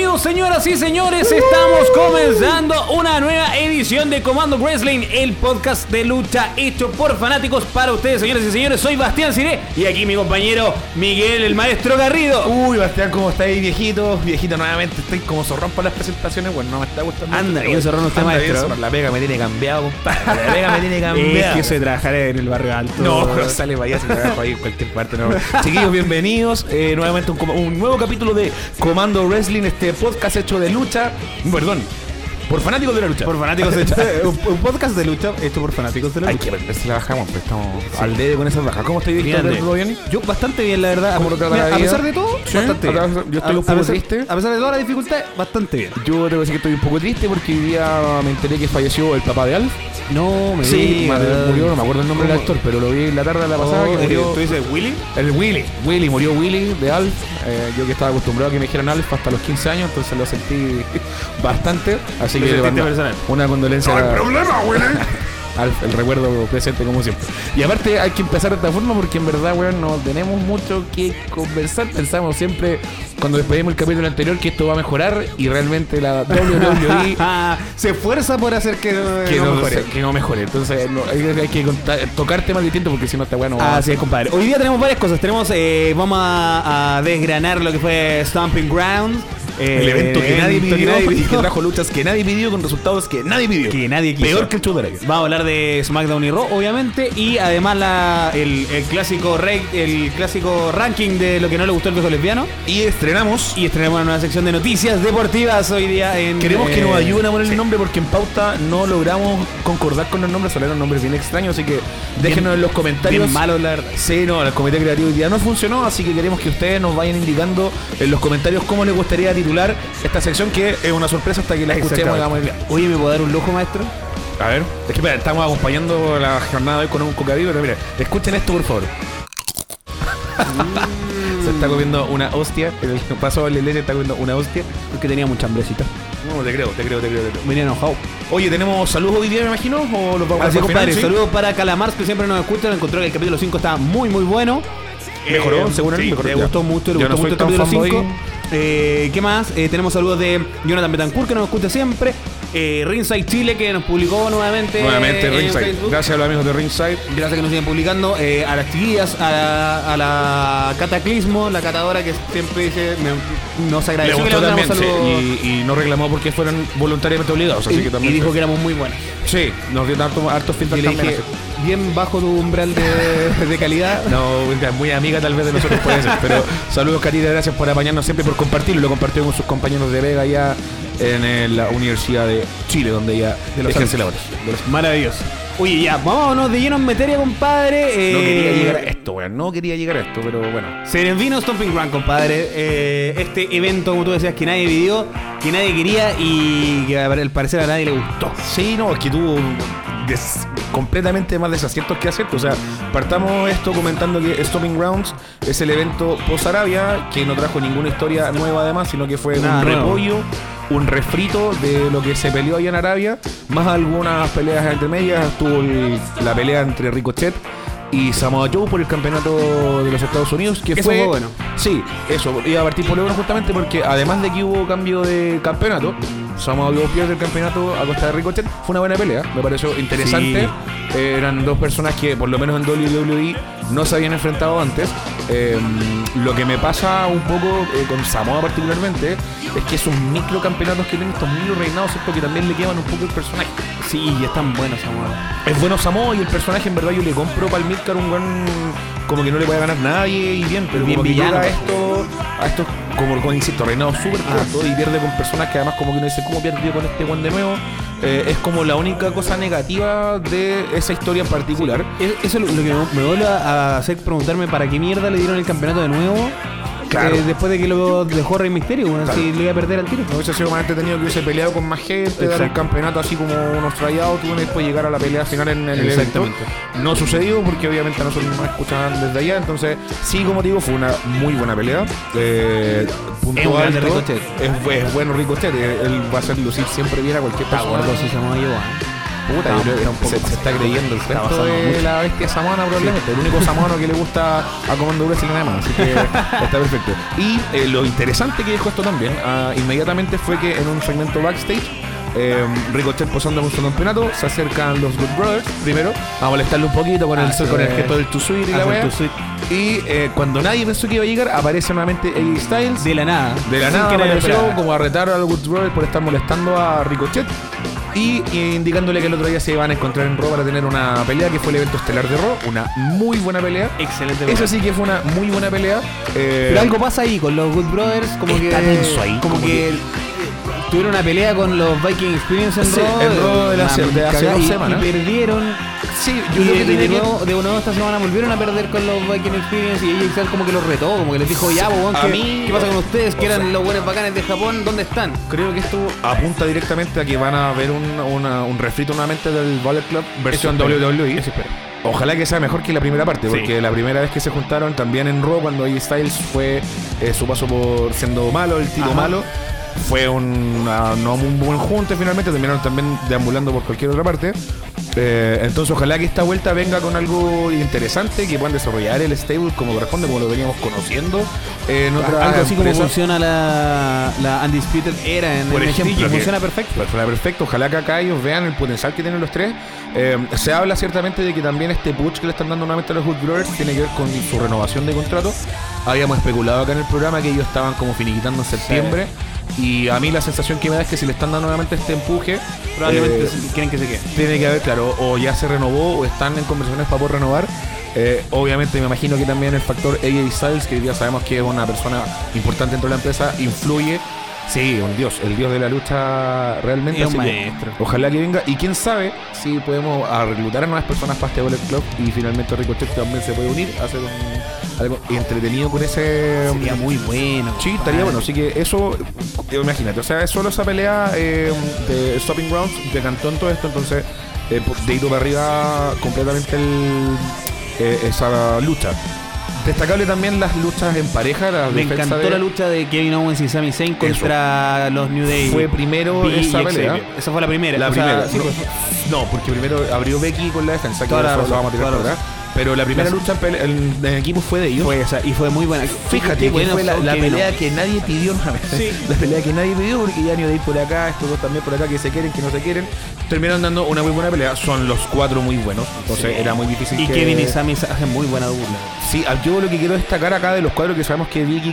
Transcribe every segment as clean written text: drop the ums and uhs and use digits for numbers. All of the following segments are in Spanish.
Bienvenidos, señoras y señores, estamos comenzando una nueva edición de Comando Wrestling, el podcast de lucha hecho por fanáticos para ustedes, señoras y señores. Soy Bastián Ciré y aquí mi compañero Miguel, el maestro Garrido. Uy, Bastián, ¿cómo estáis, viejito? Viejito, nuevamente estoy como zorrón para las presentaciones. Bueno, no me está gustando. Anda bien zorrón usted, maestro. La pega me tiene cambiado, compadre. La pega me tiene cambiado. Es que eso de trabajar en el barrio alto. No, pero sale para allá, se trabaja ahí en cualquier parte. No. Chiquillos, bienvenidos. Nuevamente un nuevo capítulo de Comando Wrestling, este podcast hecho de lucha. Perdón, por fanáticos de la lucha. Por fanáticos de lucha. Un podcast de lucha hecho por fanáticos de la lucha. Hay que ver si la bajamos, pero estamos al dedo con esas bajas. ¿Cómo estoy, Víctor? ¿Todo bien? Yo bastante bien, la verdad. ¿Cómo lo trata la vida? A pesar de todo, ¿Sí? bastante bien. Yo estoy un poco triste. A pesar de toda la dificultad, bastante bien. Yo tengo que decir que estoy un poco triste porque hoy día me enteré que falleció el papá de Alf. No, me Sí, digas. murió, no me acuerdo el nombre del actor, pero lo vi en la tarde de la pasada. Que murió. ¿Tú dices Willy? El Willy, murió Willy de Alf. Yo que estaba acostumbrado a que me dijeran Alf hasta los 15 años, entonces lo sentí bastante. Así que le mando una condolencia. No hay problema, Willy. Alf, el recuerdo presente como siempre. Y aparte hay que empezar de esta forma porque en verdad, weón, no tenemos mucho que conversar. Pensamos siempre, cuando despedimos el capítulo anterior, que esto va a mejorar y realmente la WWE se esfuerza por hacer que no mejore. Entonces hay que tocar temas distintos porque si no está bueno. Así es, compadre. Hoy día tenemos varias cosas. Vamos a desgranar lo que fue Stomping Grounds. El evento que nadie pidió y que trajo luchas que nadie pidió con resultados que nadie pidió. Que nadie quiso. Peor que el show de Vamos a hablar de SmackDown y Raw, obviamente. Y además el clásico ranking de lo que no le gustó al viejo lesbiano. Y estrenamos una nueva sección de noticias deportivas hoy día en... Queremos que nos ayuden a poner el nombre porque en pauta no logramos concordar con los nombres. Salieron nombres bien extraños, así que déjenos en los comentarios. Bien malos, la verdad. Sí, no, el comité creativo hoy día no funcionó, así que queremos que ustedes nos vayan indicando en los comentarios cómo les gustaría titular esta sección, que es una sorpresa hasta que la escuchemos. Oye, ¿me puedo dar un lujo, maestro? A ver, es que espera, estamos acompañando la jornada de hoy con un cocadillo, pero mira, escuchen esto por favor. Se está comiendo una hostia. El paso de leche está comiendo una hostia porque tenía mucha hambrecita. No, te creo. Venía enojado. Oye, ¿tenemos saludos hoy día, me imagino? ¿O los vamos a hacer compadre, ¿sí? Saludos para Calamars, que siempre nos escuchan. Encontró que el capítulo 5 está muy, muy bueno. Mejoró, según él, mejoró. Le gustó mucho el capítulo 5. ¿Qué más? Tenemos saludos de Jonathan Betancourt, que nos escucha siempre. Ringside Chile, que nos publicó nuevamente Ringside. Facebook. Gracias a los amigos de Ringside. Gracias que nos siguen publicando. A las chiquillas, a la Cataclismo, la catadora que siempre dice nos agradeció. Le gustó también, y no reclamó porque fueron voluntariamente obligados. Así que también y dijo que éramos muy buenos. Sí, nos dio hartos feedback también. Bien bajo tu umbral de calidad. No, muy amiga tal vez de nosotros puede ser. Pero saludos, Karina, gracias por apañarnos siempre, por compartirlo. Lo compartió con sus compañeros de Vega allá en la Universidad de Chile, donde ella ejerce labores. Maravilloso. Oye, ya, vámonos de lleno en materia, compadre. No quería llegar a esto, weón. No quería llegar a esto, pero bueno. Se les vino Stomping Ground, compadre. Este evento, como tú decías, que nadie pidió, que nadie quería y que al parecer a nadie le gustó. Sí, no, es que tuvo completamente más desaciertos que aciertos. O sea, partamos esto comentando que Stomping Grounds es el evento post-Arabia, que no trajo ninguna historia nueva además, sino que fue un repollo, un refrito de lo que se peleó allá en Arabia, más algunas peleas intermedias. Tuvo la pelea entre Ricochet y Samoa Joe por el campeonato de los Estados Unidos, que eso fue bueno. Sí, eso, iba a partir por lo bueno justamente porque además de que hubo cambio de campeonato, Samoa Joe pierde el campeonato a costa de Ricochet. Fue una buena pelea, me pareció interesante. Sí. Eran dos personas que por lo menos en WWE no se habían enfrentado antes. Lo que me pasa un poco con Samoa particularmente es que esos microcampeonatos que tienen, estos micro reinados, ¿cierto? Que también le queman un poco el personaje. Sí, y es tan bueno Samoa. Es bueno Samoa y el personaje en verdad yo le compro para el Midcard un buen como que no le puede ganar nadie y bien, pero bien como villano, que a esto como insisto, reinado súper corto y pierde con personas que además como que uno dice, ¿cómo pierde con este buen de nuevo? Es como la única cosa negativa de esa historia en particular. Eso es lo que me vuelve a hacer preguntarme para qué mierda le dieron el campeonato de nuevo. Claro. Después de que lo dejó Rey Misterio, bueno, claro. Si le iba a perder al tiro. No hubiese sido más entretenido que hubiese peleado con más gente, dar el campeonato así como unos tryouts, y después llegar a la pelea final en el evento. No sucedió porque obviamente nosotros nos escuchaban desde allá, entonces sí, como digo, fue una muy buena pelea. Punto es un grande alto, Ricochet. Es bueno Ricochet, él va a hacer lucir siempre bien a cualquier persona. Si se llama yo, Puta, yo creo que se está creyendo el resto de la bestia samoana probablemente. El único samoano que le gusta a Comando Wrestling nada más. Así que está perfecto. Y lo interesante que dijo esto también, inmediatamente fue que en un segmento backstage, Ricochet posando con su campeonato, se acercan los Good Brothers primero a molestarle un poquito con el gesto del Too Sweet y la wea. Y cuando nadie pensó que iba a llegar, aparece nuevamente AJ Styles de la nada apareció como a retar a los Good Brothers por estar molestando a Ricochet y indicándole que el otro día se iban a encontrar en Raw para tener una pelea que fue el evento estelar de Raw, una muy buena pelea. Excelente pelea. Eso sí que fue una muy buena pelea. Pero algo pasa ahí con los Good Brothers, como está que tenso ahí, como que tuvieron una pelea con los Viking Experience en Raw, en Raw de hace 2 semanas. Y perdieron. Sí, yo creo que de nuevo esta semana volvieron a perder con los Viking Experience y AJ Styles como que los retó, como que les dijo, ya, ¿qué pasa con ustedes? Que eran los buenos bacanes de Japón, ¿dónde están? Creo que esto apunta directamente a que van a ver un refrito nuevamente del Bullet Club versión WWE. Eso espero. Ojalá que sea mejor que la primera parte, porque la primera vez que se juntaron también en Raw, cuando AJ Styles fue su paso por siendo malo, el tiro malo, fue no un buen junte finalmente, terminaron también deambulando por cualquier otra parte. Entonces ojalá que esta vuelta venga con algo interesante, que puedan desarrollar el stable como corresponde, como lo veníamos conociendo en otras algo así empresas. como funciona la Undisputed Era en por NXT, ejemplo, que funciona perfecto. Funciona perfecto. Ojalá que acá ellos vean el potencial que tienen los tres. Se habla ciertamente de que también este push que le están dando nuevamente a los Good Brothers tiene que ver con su renovación de contrato. Habíamos especulado acá en el programa que ellos estaban como finiquitando en septiembre. Y a mí la sensación que me da es que si le están dando nuevamente este empuje, probablemente quieren que se quede. Tiene que haber, claro, o ya se renovó o están en conversaciones para poder renovar. Obviamente me imagino que también el factor AJ Styles, que ya sabemos que es una persona importante dentro de la empresa, influye. Sí, el dios de la lucha realmente. Es un maestro. Ojalá que venga. Y quién sabe si podemos reclutar a nuevas personas para este Bullet Club y finalmente Ricochet también se puede unir a hacer algo entretenido con ese. Sería muy bueno. Sí, estaría bueno. Así que eso, imagínate, o sea, es solo esa pelea de Stopping Grounds decantó en todo esto. Entonces, de ir para arriba completamente esa lucha. Destacable también las luchas en pareja. Me encantó la lucha de Kevin Owens y Sami Zayn contra los New Day. Fue primero esa pelea. Esa fue la primera. No, porque primero abrió Becky con la defensa, que eso lo vamos a tirar por acá. Pero la primera lucha en equipo fue de ellos. Fue esa, y fue muy buena. Fíjate que fue la pelea que nadie pidió una vez. Sí. La pelea que nadie pidió, porque ya New Day por acá, estos dos también por acá, que se quieren, que no se quieren. Terminaron dando una muy buena pelea. Son los cuatro muy buenos. Entonces era muy difícil. Y Kevin y Sami hacen muy buena dupla. Sí, yo lo que quiero destacar acá de los cuatro, que sabemos que Vicky,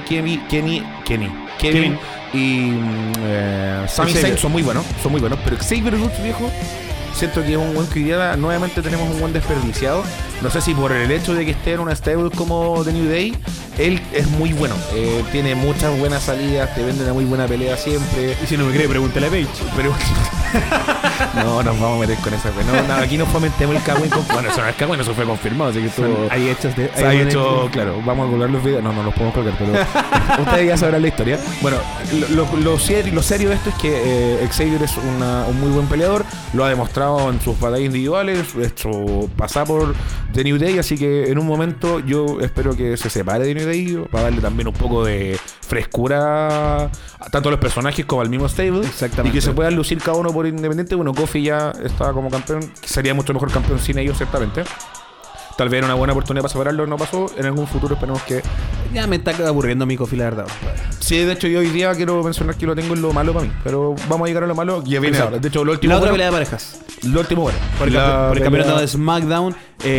Kevin y Sami Zayn son muy buenos. Pero Xavier Woods, viejo, siento que es un buen que hoy día nuevamente tenemos un buen desperdiciado. No sé si por el hecho de que esté en una stable como The New Day, él es muy bueno. Tiene muchas buenas salidas, te vende una muy buena pelea siempre. Y si no me cree, pregúntale a Paige. Pero no nos vamos a meter con esa. No, aquí nos fomentemos el cagüín. Bueno, eso no es cagüín, eso fue confirmado. Así que todo. Hay hechos de. Hay hechos, claro. Vamos a colgar los videos. No los podemos colgar, pero ustedes ya sabrán la historia. Bueno, lo serio de esto es que Xavier es un muy buen peleador. Lo ha demostrado en sus batallas individuales. Su pasada por The New Day. Así que en un momento yo espero que se separe de New Day para darle también un poco de frescura tanto a los personajes como al mismo stable. Exactamente. Y que se puedan lucir cada uno por independiente. Bueno, Kofi ya estaba como campeón, sería mucho mejor campeón sin ellos, ciertamente. Tal vez era una buena oportunidad para separarlo, no pasó. En algún futuro esperemos que... Ya me está aburriendo mi Kofi, la verdad. Sí, de hecho yo hoy día quiero mencionar que lo tengo en lo malo para mí. Pero vamos a llegar a lo malo. Ya viene ahora. De hecho, lo último... La otra pelea de parejas. Lo último bueno. Por el campeonato de SmackDown,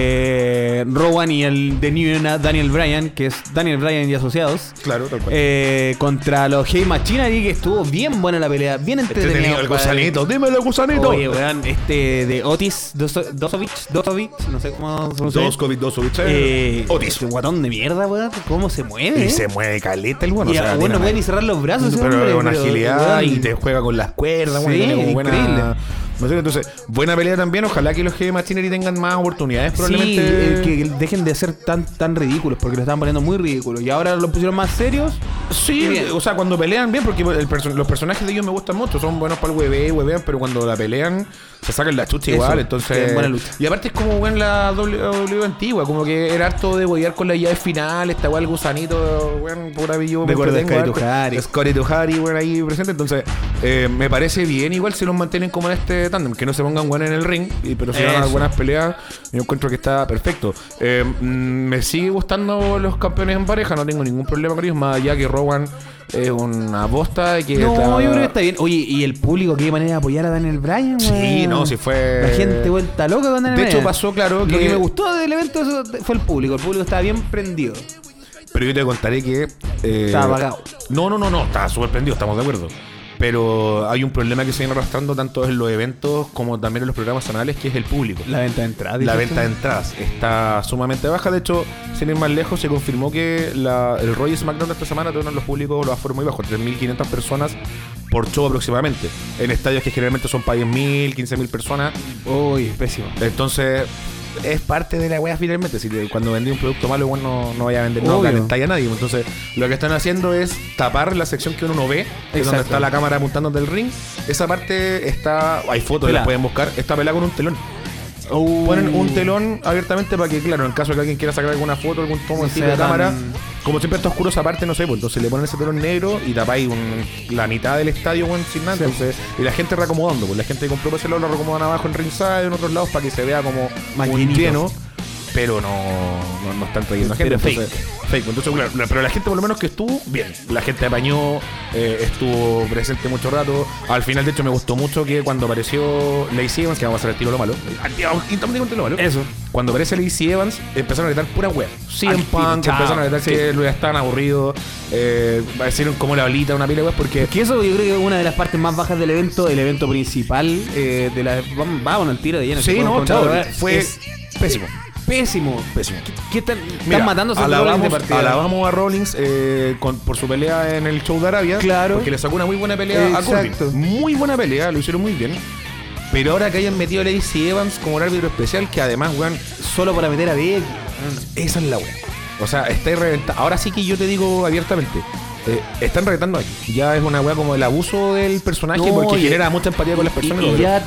Rowan y el de New Daniel Bryan, que es Daniel Bryan y asociados. Claro, tal cual. Contra los Hey Machinery, que estuvo bien buena la pelea, bien entretenida. El gusanito, dímelo, gusanito. Oye, weón, de Otis Dosovich, no sé cómo se pronuncia. Dosovich. Otis. Este guatón de mierda, weón. ¿Cómo se mueve? Y se mueve caleta el bueno. Y bueno, no puede ni cerrar los brazos. Pero con agilidad y te juega con las cuerdas. Sí, increíble. Entonces, buena pelea también. Ojalá que los Heavy Machinery tengan más oportunidades. Probablemente que dejen de ser tan ridículos, porque lo estaban poniendo muy ridículos. Y ahora lo pusieron más serios Sí, o sea, cuando pelean bien, porque los personajes de ellos me gustan mucho, son buenos para el huevean, pero cuando la pelean se sacan la chucha igual, entonces... buena lucha. Y aparte es como en la WWE antigua, como que era harto de boyar con la llave final, esta weá, el gusanito, weón, pura billo. Recuerda a Scotty Tuhari, weón, ahí presente, entonces me parece bien igual si los mantienen como en este tándem, que no se pongan weón en el ring, pero si dan buenas peleas, yo encuentro que está perfecto. Me sigue gustando los campeones en pareja, no tengo ningún problema con ellos, más allá que Rowan es una bosta que yo creo que está bien. Oye, y el público, qué manera de apoyar a Daniel Bryan, sí, no, si fue... La gente vuelta loca con Daniel Bryan. De hecho pasó, claro, que... Lo que me gustó del evento eso fue el público estaba bien prendido. Pero yo te contaré que... estaba apagado. No, estaba súper prendido, estamos de acuerdo. Pero hay un problema que se viene arrastrando tanto en los eventos como también en los programas semanales, que es el público. La venta de entradas. La venta de entradas está sumamente baja. De hecho, sin ir más lejos, se confirmó que el Royal SmackDown de esta semana tuvieron los públicos los aforos muy bajos, 3.500 personas por show aproximadamente. En estadios que generalmente son para 10.000, 15.000 personas. Uy, pésimo. Entonces... es parte de la wea finalmente. Si cuando vendí un producto malo, bueno, no vaya a vender, no calentáis a nadie. Entonces, lo que están haciendo es tapar la sección que uno no ve, que es donde está la cámara apuntando del ring. Esa parte está, hay fotos, las pueden buscar, está pelada con un telón. Ponen un telón abiertamente para que, claro, en caso de que alguien quiera sacar alguna foto, algún tomo así de cámara, como siempre está oscuro esa parte, no sé, pues entonces le ponen ese telón negro y tapáis la mitad del estadio, bueno, sin nada. Entonces, y la gente reacomodando, pues la gente que compró ese lado lo reacomodan abajo en ringside, en otros lados, para que se vea como más lleno. Pero no están trayendo gente. Entonces, fake. Entonces, claro, pero la gente por lo menos que estuvo bien. La gente apañó, estuvo presente mucho rato. Al final, de hecho, me gustó mucho que cuando apareció Lacey Evans, que vamos a hacer el tiro lo malo. Lo malo. Eso. Cuando aparece Lacey Evans, empezaron a gritar pura wea. CM Punk, empezaron a gritar que ya estaban aburridos. Hicieron como la bolita, una pila de weas, porque eso yo creo que es una de las partes más bajas del evento principal. De la vamos al tiro de lleno. Sí, no, chao. Fue pésimo. ¿Qué están matando alabamos a Rollins por su pelea en el show de Arabia. Claro. Porque le sacó una muy buena pelea a Corbin. Muy buena pelea, lo hicieron muy bien. Pero ahora que hayan metido a Lacey Evans como el árbitro especial, que además, weón, solo para meter a Becky. Esa es la weón. O sea, está reventando. Ahora sí que yo te digo abiertamente. Están reventando aquí. Ya es una weá como el abuso del personaje, porque genera mucha empatía con las personas. Y ya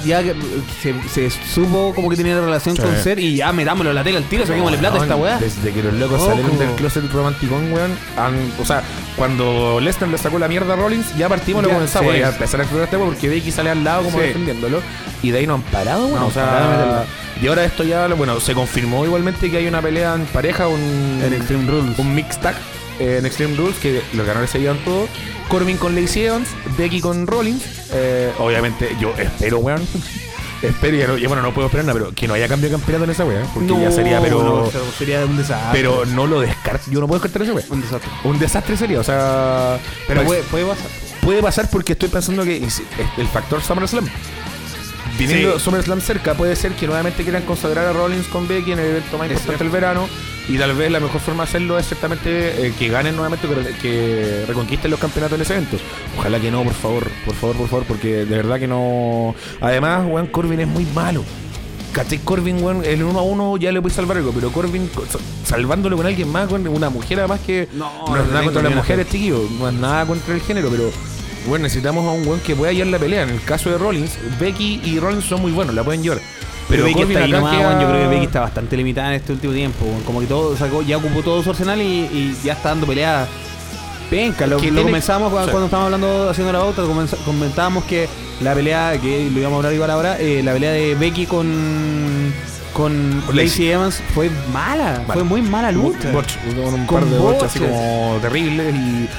se supo como que tenía relación con Ser, y ya metámoslo en la tela al tiro, saquémosle plata a esta weá. Desde que los locos salieron del closet romanticón, weón, o sea, cuando Lesnar le sacó la mierda a Rollins, ya partimos, lo comenzamos. Ya empezar a explorar este weá porque Becky sale al lado como defendiéndolo. Y de ahí no han parado, weón. O sea, y ahora esto ya, bueno, se confirmó igualmente que hay una pelea en pareja, en Extreme Rules, un mixed tag en Extreme Rules, que los ganadores se llevan todo. Corbin con Lacey Evans, Becky con Rollins. Obviamente yo espero, weón. Espero, y bueno, no puedo esperar nada, pero que no haya cambio de campeonato en esa weá, porque ya sería, sería un desastre. Pero no lo descarto, yo no puedo descartar esa weá. Un desastre sería, o sea. Pero puede pasar. Puede pasar porque estoy pensando que el factor SummerSlam. Viniendo SummerSlam cerca, puede ser que nuevamente quieran consagrar a Rollins con Becky en el evento más importante del verano. Y tal vez la mejor forma de hacerlo es ciertamente que ganen nuevamente, que reconquisten los campeonatos en ese evento. Ojalá que no, por favor, porque de verdad que no. Además, weón, Corbin es muy malo. ¿Cachai? Corbin, weón, el 1-1 ya le puede salvar algo, pero Corbin salvándolo con alguien más, weón, una mujer además que no es nada contra las mujeres, chiquillos, no es nada contra el género, pero bueno, necesitamos a un weón que pueda llevar la pelea. En el caso de Rollins, Becky y Rollins son muy buenos, la pueden llevar. Pero Becky está ahí nomás, yo creo que Becky está bastante limitada en este último tiempo. Como que todo sacó, ya ocupó todo su arsenal y ya está dando peleas. Penca, lo comenzamos cuando estábamos hablando, haciendo la pauta, comentábamos que la pelea, que lo íbamos a hablar igual ahora, la pelea de Becky con Lacey Evans fue mala. Fue muy mala lucha. Un par de bots así como terribles.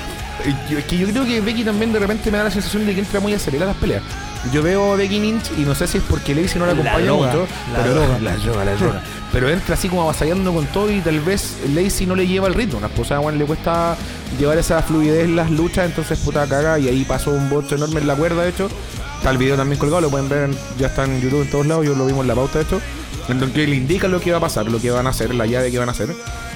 Y es que yo creo que Becky también de repente me da la sensación de que entra muy acelerada las peleas. Yo veo a Becky Lynch y no sé si es porque Lacey no la acompaña mucho. La droga. Pero entra así como avasallando con todo y tal vez Lacey no le lleva el ritmo. A la esposa Juan le cuesta llevar esa fluidez en las luchas, entonces puta caga y ahí pasó un bot enorme en la cuerda, de hecho. Está el video también colgado, lo pueden ver, ya está en YouTube en todos lados, yo lo vimos en la pauta, de hecho. En donde le indican lo que va a pasar, lo que van a hacer, la llave que van a hacer.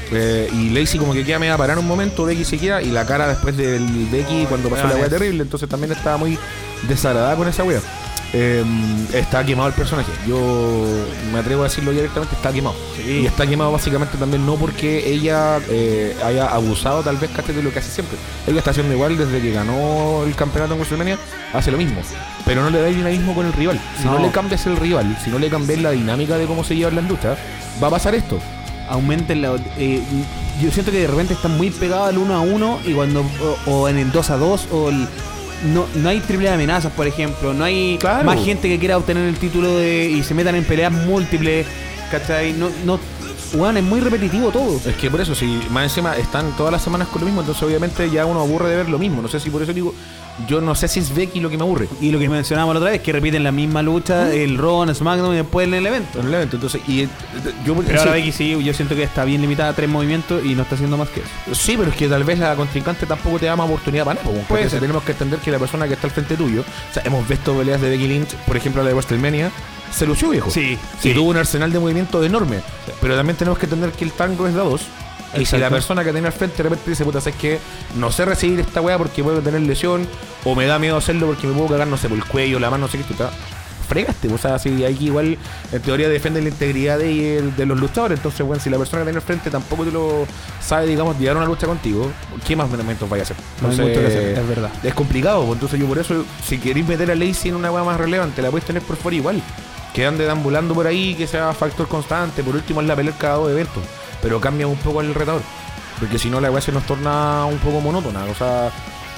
Y Lacey como que queda media parar un momento, Becky se queda y la cara después del Becky cuando pasó la weá terrible, entonces también estaba muy desagradada con esa weá. está quemado el personaje. Yo me atrevo a decirlo directamente, está quemado. Sí. Y está quemado básicamente también no porque ella haya abusado tal vez de lo que hace siempre. Ella está haciendo igual desde que ganó el campeonato en WrestleMania, hace lo mismo. Pero no le da el dinamismo con el rival. Si no le cambias el rival, si no le cambias la dinámica de cómo se llevan las luchas, va a pasar esto. Aumenten la... yo siento que de repente están muy pegados al 1-1 y cuando o en el 2-2 o el... No hay triple amenazas, por ejemplo. No hay más gente que quiera obtener el título y se metan en peleas múltiples. ¿Cachai? Bueno, es muy repetitivo todo. Es que por eso, si más encima están todas las semanas con lo mismo, entonces obviamente ya uno aburre de ver lo mismo. No sé si por eso digo, yo no sé si es Becky lo que me aburre. Y lo que mencionábamos la otra vez, que repiten la misma lucha, el Raw, en SmackDown y después en el evento. Entonces, pero ahora Becky sí, yo siento que está bien limitada a 3 movimientos y no está haciendo más que eso. Sí, pero es que tal vez la contrincante tampoco te da más oportunidad para nada. Porque tenemos que entender que la persona que está al frente tuyo, o sea, hemos visto peleas de Becky Lynch, por ejemplo la de WrestleMania, se lució, viejo. Sí. Tuvo un arsenal de movimiento enorme. Sí. Pero también tenemos que entender que el tango es de a dos. Y si la persona que tiene al frente de repente dice, puta, ¿sabes qué? No sé recibir esta weá porque puedo tener lesión, o me da miedo hacerlo porque me puedo cagar, no sé, por el cuello, la mano, no sé qué, fregaste. O sea, si hay que igual, en teoría, defiende la integridad de los luchadores. Entonces, bueno, si la persona que tiene al frente tampoco te lo sabe, digamos, llevar una lucha contigo, ¿qué más movimientos vaya a hacer? Entonces, no hay mucho que hacer, es verdad. Es complicado, pues. Entonces yo por eso, si queréis meter a Lacey en una weá más relevante, la podéis tener por fuera igual. Que ande deambulando por ahí, que sea factor constante. Por último, es la pelea cada 2 eventos. Pero cambia un poco el retador. Porque si no, la weá se nos torna un poco monótona. O sea,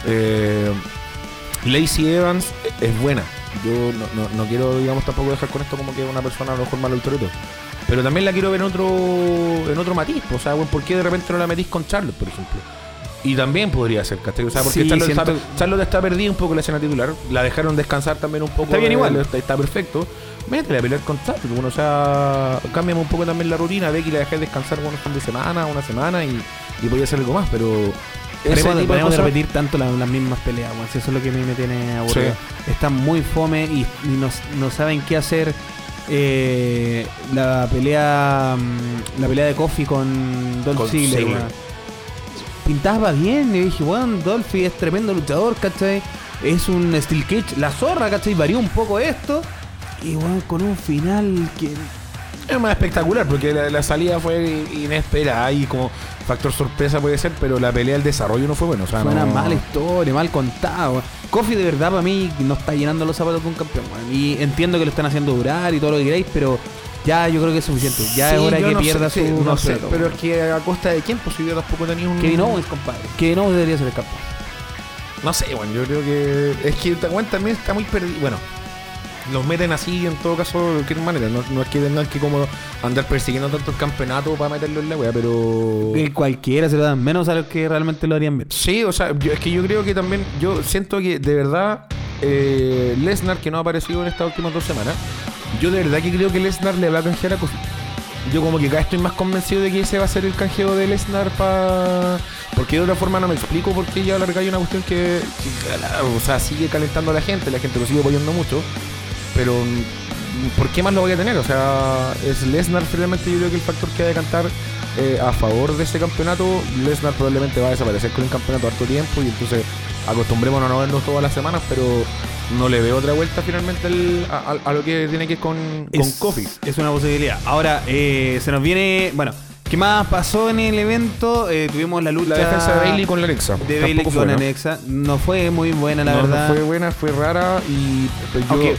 Lacey Evans es buena. Yo no quiero, digamos, tampoco dejar con esto como que una persona a lo mejor mal autorito. Pero también la quiero ver en otro matiz. O sea, bueno, ¿por qué de repente no la metís con Charlotte, por ejemplo? Y también podría ser, ¿cachai? O sea, porque sí, Charlotte está perdida un poco en la escena titular. La dejaron descansar también un poco. Está bien igual. Está perfecto. Métele a pelear con Charlotte. Bueno, o sea, cámbiame un poco también la rutina. Ve que la dejé descansar unos fin de semana, una semana y podría hacer algo más, pero... Podemos de repetir tanto las mismas peleas, bueno, eso es lo que a mí me tiene aburrido. Sí. Están muy fome y no saben qué hacer. La pelea de Kofi con Dolph Ziggler, pintaba bien y dije, bueno, Dolph es tremendo luchador, ¿cachai? Es un Steel Cage, la zorra, ¿cachai? Varió un poco esto y bueno, con un final que... Es más espectacular porque la salida fue inesperada y como factor sorpresa puede ser, pero la pelea, el desarrollo no fue bueno. O sea, fue una mala historia, mal contada. Kofi de verdad para mí no está llenando los zapatos de un campeón. Y entiendo que lo están haciendo durar y todo lo que queráis, pero ya yo creo que es suficiente. Ya es hora que pierda su... No sé, pero es que a costa de quién, pues yo tampoco tenía un... Kevin Owens, compadre. Kevin Owens debería ser el campeón. No sé, bueno, yo creo que... Es que también está muy perdido. Bueno, los meten así en todo caso de cualquier manera. No es que tengan que como andar persiguiendo tanto el campeonato para meterlo en la wea, pero... Cualquiera se lo dan, menos a los que realmente lo harían bien. Sí, o sea, es que yo creo que también... Yo siento que de verdad Lesnar, que no ha aparecido en estas últimas 2 semanas, yo de verdad que creo que Lesnar le va a canjear a Kofi. Yo como que cada estoy más convencido de que ese va a ser el canjeo de Lesnar porque de otra forma no me explico por qué ya alargáis una cuestión que o sea, sigue calentando a la gente lo sigue apoyando mucho. Pero ¿por qué más lo voy a tener? O sea, es Lesnar finalmente, yo creo que el factor que ha de cantar a favor de este campeonato. Lesnar probablemente va a desaparecer con el campeonato harto tiempo y entonces acostumbrémonos a no vernos todas las semanas, pero no le veo otra vuelta finalmente a lo que tiene que ir con Kofi. Es una posibilidad. Ahora, se nos viene... Bueno, ¿qué más pasó en el evento? Tuvimos la lucha... La defensa de Bayley con la Alexa. De Bayley con Alexa. No fue muy buena, la verdad. No fue buena, fue rara y... Aunque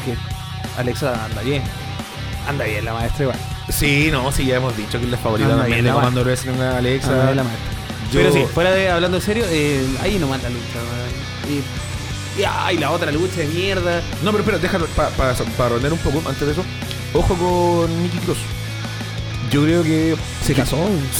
Alexa anda bien. Anda bien la maestra igual. Sí, ya hemos dicho que es la favorita también de Comando Wrestling a Alexa. La maestra. Pero sí, fuera de hablando en serio, ahí no mata lucha. Y la otra lucha de mierda. No, pero espera, déjalo para rondar un poco antes de eso. Ojo con Nikki Cross. Yo creo que se casó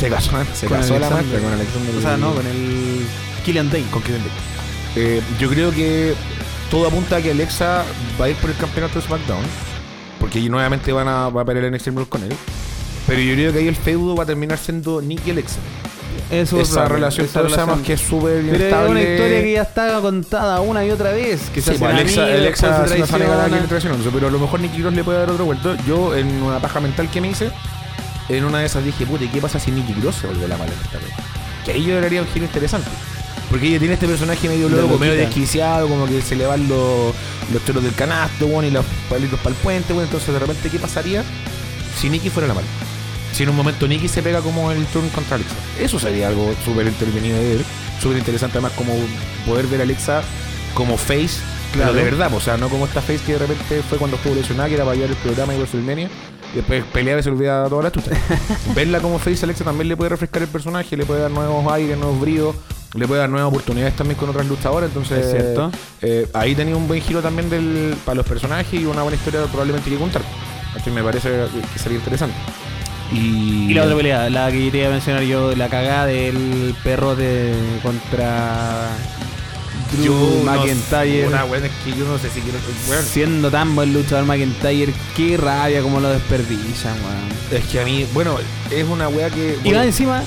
la maestra con Alexander. O sea, no, con el Killian Dane. Con Killian Dane. Yo creo que todo apunta a que Alexa va a ir por el campeonato de SmackDown, porque nuevamente va a pelear en Extreme Rules con él. Pero yo creo que ahí el feudo va a terminar siendo Nikki y Alexa. Esa relación más que es súper inestable. Pero es una historia que ya está contada una y otra vez. Que sí, Alexa se traicionando, pero a lo mejor Nikki Cross le puede dar otro vuelto. Yo, en una paja mental que me hice, en una de esas dije, puta, ¿y qué pasa si Nikki Cross se vuelve la mala en esta vez? Que ahí yo daría un giro interesante. Porque ella tiene este personaje medio loco, medio desquiciado, como que se le van los toros del canasto, bueno, y los palitos para el puente, bueno. Entonces, de repente, ¿qué pasaría si Nikki fuera la mala? Si en un momento Nikki se pega como el turn contra Alexa. Eso sería algo súper entretenido de ver, súper interesante, además, como poder ver a Alexa como face, claro, pero de verdad, o sea, no como esta face que de repente fue cuando estuvo lesionada, que era para llevar el programa y WrestleMania, y después peleaba y se olvidaba toda la chucha. Verla como face Alexa también le puede refrescar el personaje, le puede dar nuevos aires, nuevos bríos, le puede dar nuevas oportunidades también con otras luchadoras. Entonces, es cierto. Ahí tenía un buen giro también para los personajes y una buena historia probablemente que contar. Así me parece que sería interesante. Y la otra pelea, la que te iba a mencionar yo, la cagada del perro contra Drew McIntyre. Una buena es que yo no sé si quiero. Bueno, siendo tan buen luchador McIntyre, qué rabia como lo desperdician, weón. Es que a mí, bueno, es una wea que. Y más encima,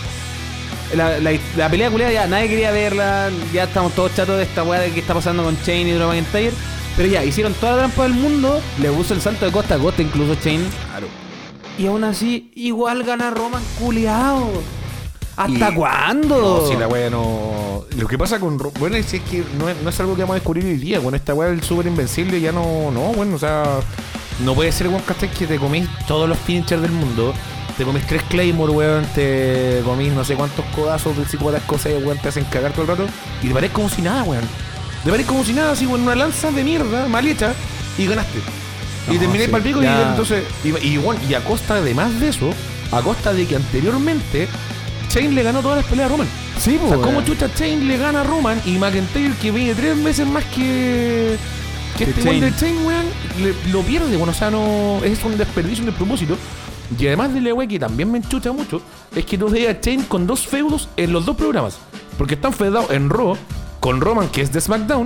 la pelea culiada ya nadie quería verla, ya estamos todos chatos de esta wea de que está pasando con Shane y Drew McIntyre. Pero ya, hicieron toda la trampa del mundo, le puso el salto de costa a costa, incluso Shane. Claro. Y aún así, igual gana Roman culiao. ¿Hasta cuándo? No, si la wea no. Lo que pasa con bueno, es que no es algo que vamos a descubrir hoy día. Bueno, esta wea del super invencible ya no, bueno, o sea, no puede ser, weón, que te comís todos los finishers del mundo. Te comís 3 Claymore, weón, te comís no sé cuántos codazos del psicópata escocés, weón, te hacen cagar todo el rato. Y te parece como si nada, weón. Te parece como si nada, así, weón, una lanza de mierda mal hecha y ganaste. Y terminé para el pico ya. Y entonces, y a costa de más de eso, a costa de que anteriormente Shane le ganó todas las peleas a Roman. Sí, pues. O sea, como chucha Shane le gana a Roman y McIntyre, que viene 3 veces más que este weón de Shane, weón, lo pierde, bueno, o sea, no. Es un desperdicio, un despropósito. Y además de la weá que también me enchucha mucho, es que tú veas a Shane con 2 feudos en los 2 programas. Porque están feudados en Raw con Roman, que es de SmackDown,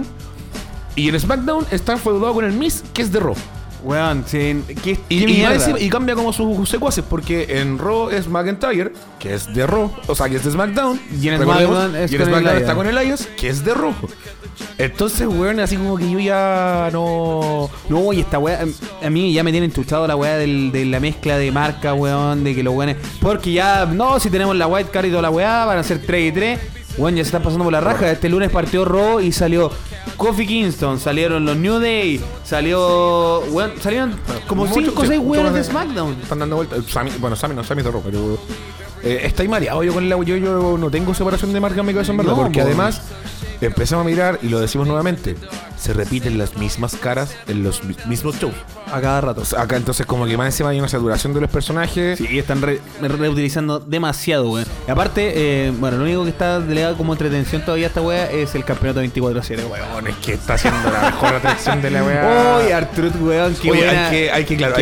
y en SmackDown están feudados con el Miz, que es de Raw. Weón, sí, y cambia como sus secuaces, porque en Raw es McIntyre, que es de Raw, o sea, que es de SmackDown, y en SmackDown está con Elias, que es de Raw. Entonces, weón, así como que yo ya no, y esta weá, a mí ya me tiene enchuchado la weá de la mezcla de marca, weón, de que los weones, porque ya, no, si tenemos la White Card y toda la weá, van a ser 3 y 3. Bueno, ya se están pasando por la raja. Este lunes partió Raw y salió Kofi Kingston, salieron los New Day, salieron como 5 o 6 weones de SmackDown. Están dando vueltas. Sami es de Raw, pero está ahí mareado yo con yo no tengo separación de marca en mi cabeza, en verdad, porque además empezamos a mirar y lo decimos nuevamente, se repiten las mismas caras en los mismos shows a cada rato. Acá entonces como que más encima hay una saturación de los personajes. Sí, están reutilizando demasiado, weón. Y aparte, bueno, lo único que está delegado como entretención todavía esta weá es el campeonato 24/7, weón. Es que está haciendo la mejor atracción de la weá. Uy, Artruth, weón, qué buena. Hay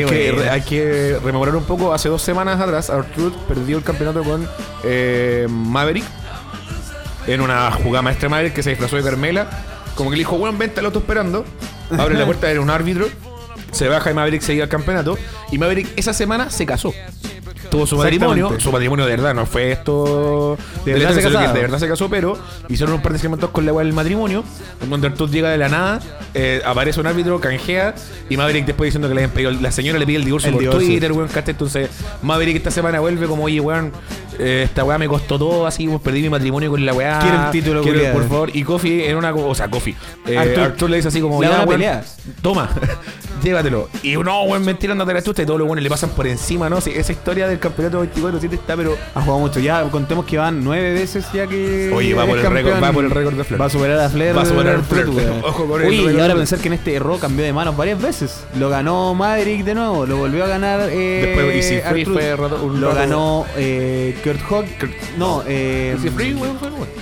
que rememorar un poco. Hace 2 semanas atrás Artruth perdió el campeonato con Maverick en una jugada maestra Maverick, que se disfrazó de Carmela. Como que le dijo, weón, vente al auto esperando. Abre la puerta, era un árbitro. Se baja y Maverick seguía el campeonato. Y Maverick esa semana se casó. Tuvo su matrimonio de verdad, no fue esto de verdad se casó, pero hicieron un par de segmentos con la weá del matrimonio, donde Arturo llega de la nada, aparece un árbitro, canjea, y Maverick después diciendo que le habían pedido, la señora le pide el divorcio por Twitter, weón, ¿caste? Entonces Maverick esta semana vuelve como, oye, weón, esta weá me costó todo, así, perdí mi matrimonio con la weá. Quiero el título, por favor. Y Kofi en una, o sea, Arturo le dice así como, ya, weón, toma, llévatelo. Y no, weón, mentira, andate a la chusta, y todos los weones le pasan por encima, ¿no? Sí, esa historia del campeonato 24/7 está, pero ha jugado mucho. Ya contemos que van 9 veces ya que. Oye, va por el récord de Flair. Va a superar a Flair. Va a superar a Flair. Ojo con él. Y ahora pensar que en este Raw cambió de manos varias veces. Lo ganó Maverick de nuevo, lo volvió a ganar. Después Easy Free lo ganó Kurt Hawk. No, Easy Free, weón,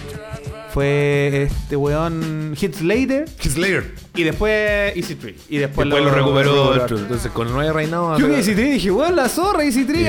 fue este weón Heath Slater. Y después Easy Tree. Y después lo recuperó. Entonces con 9 reinados. Yo vi Easy Tree y dije, weón, la zorra Easy Tree.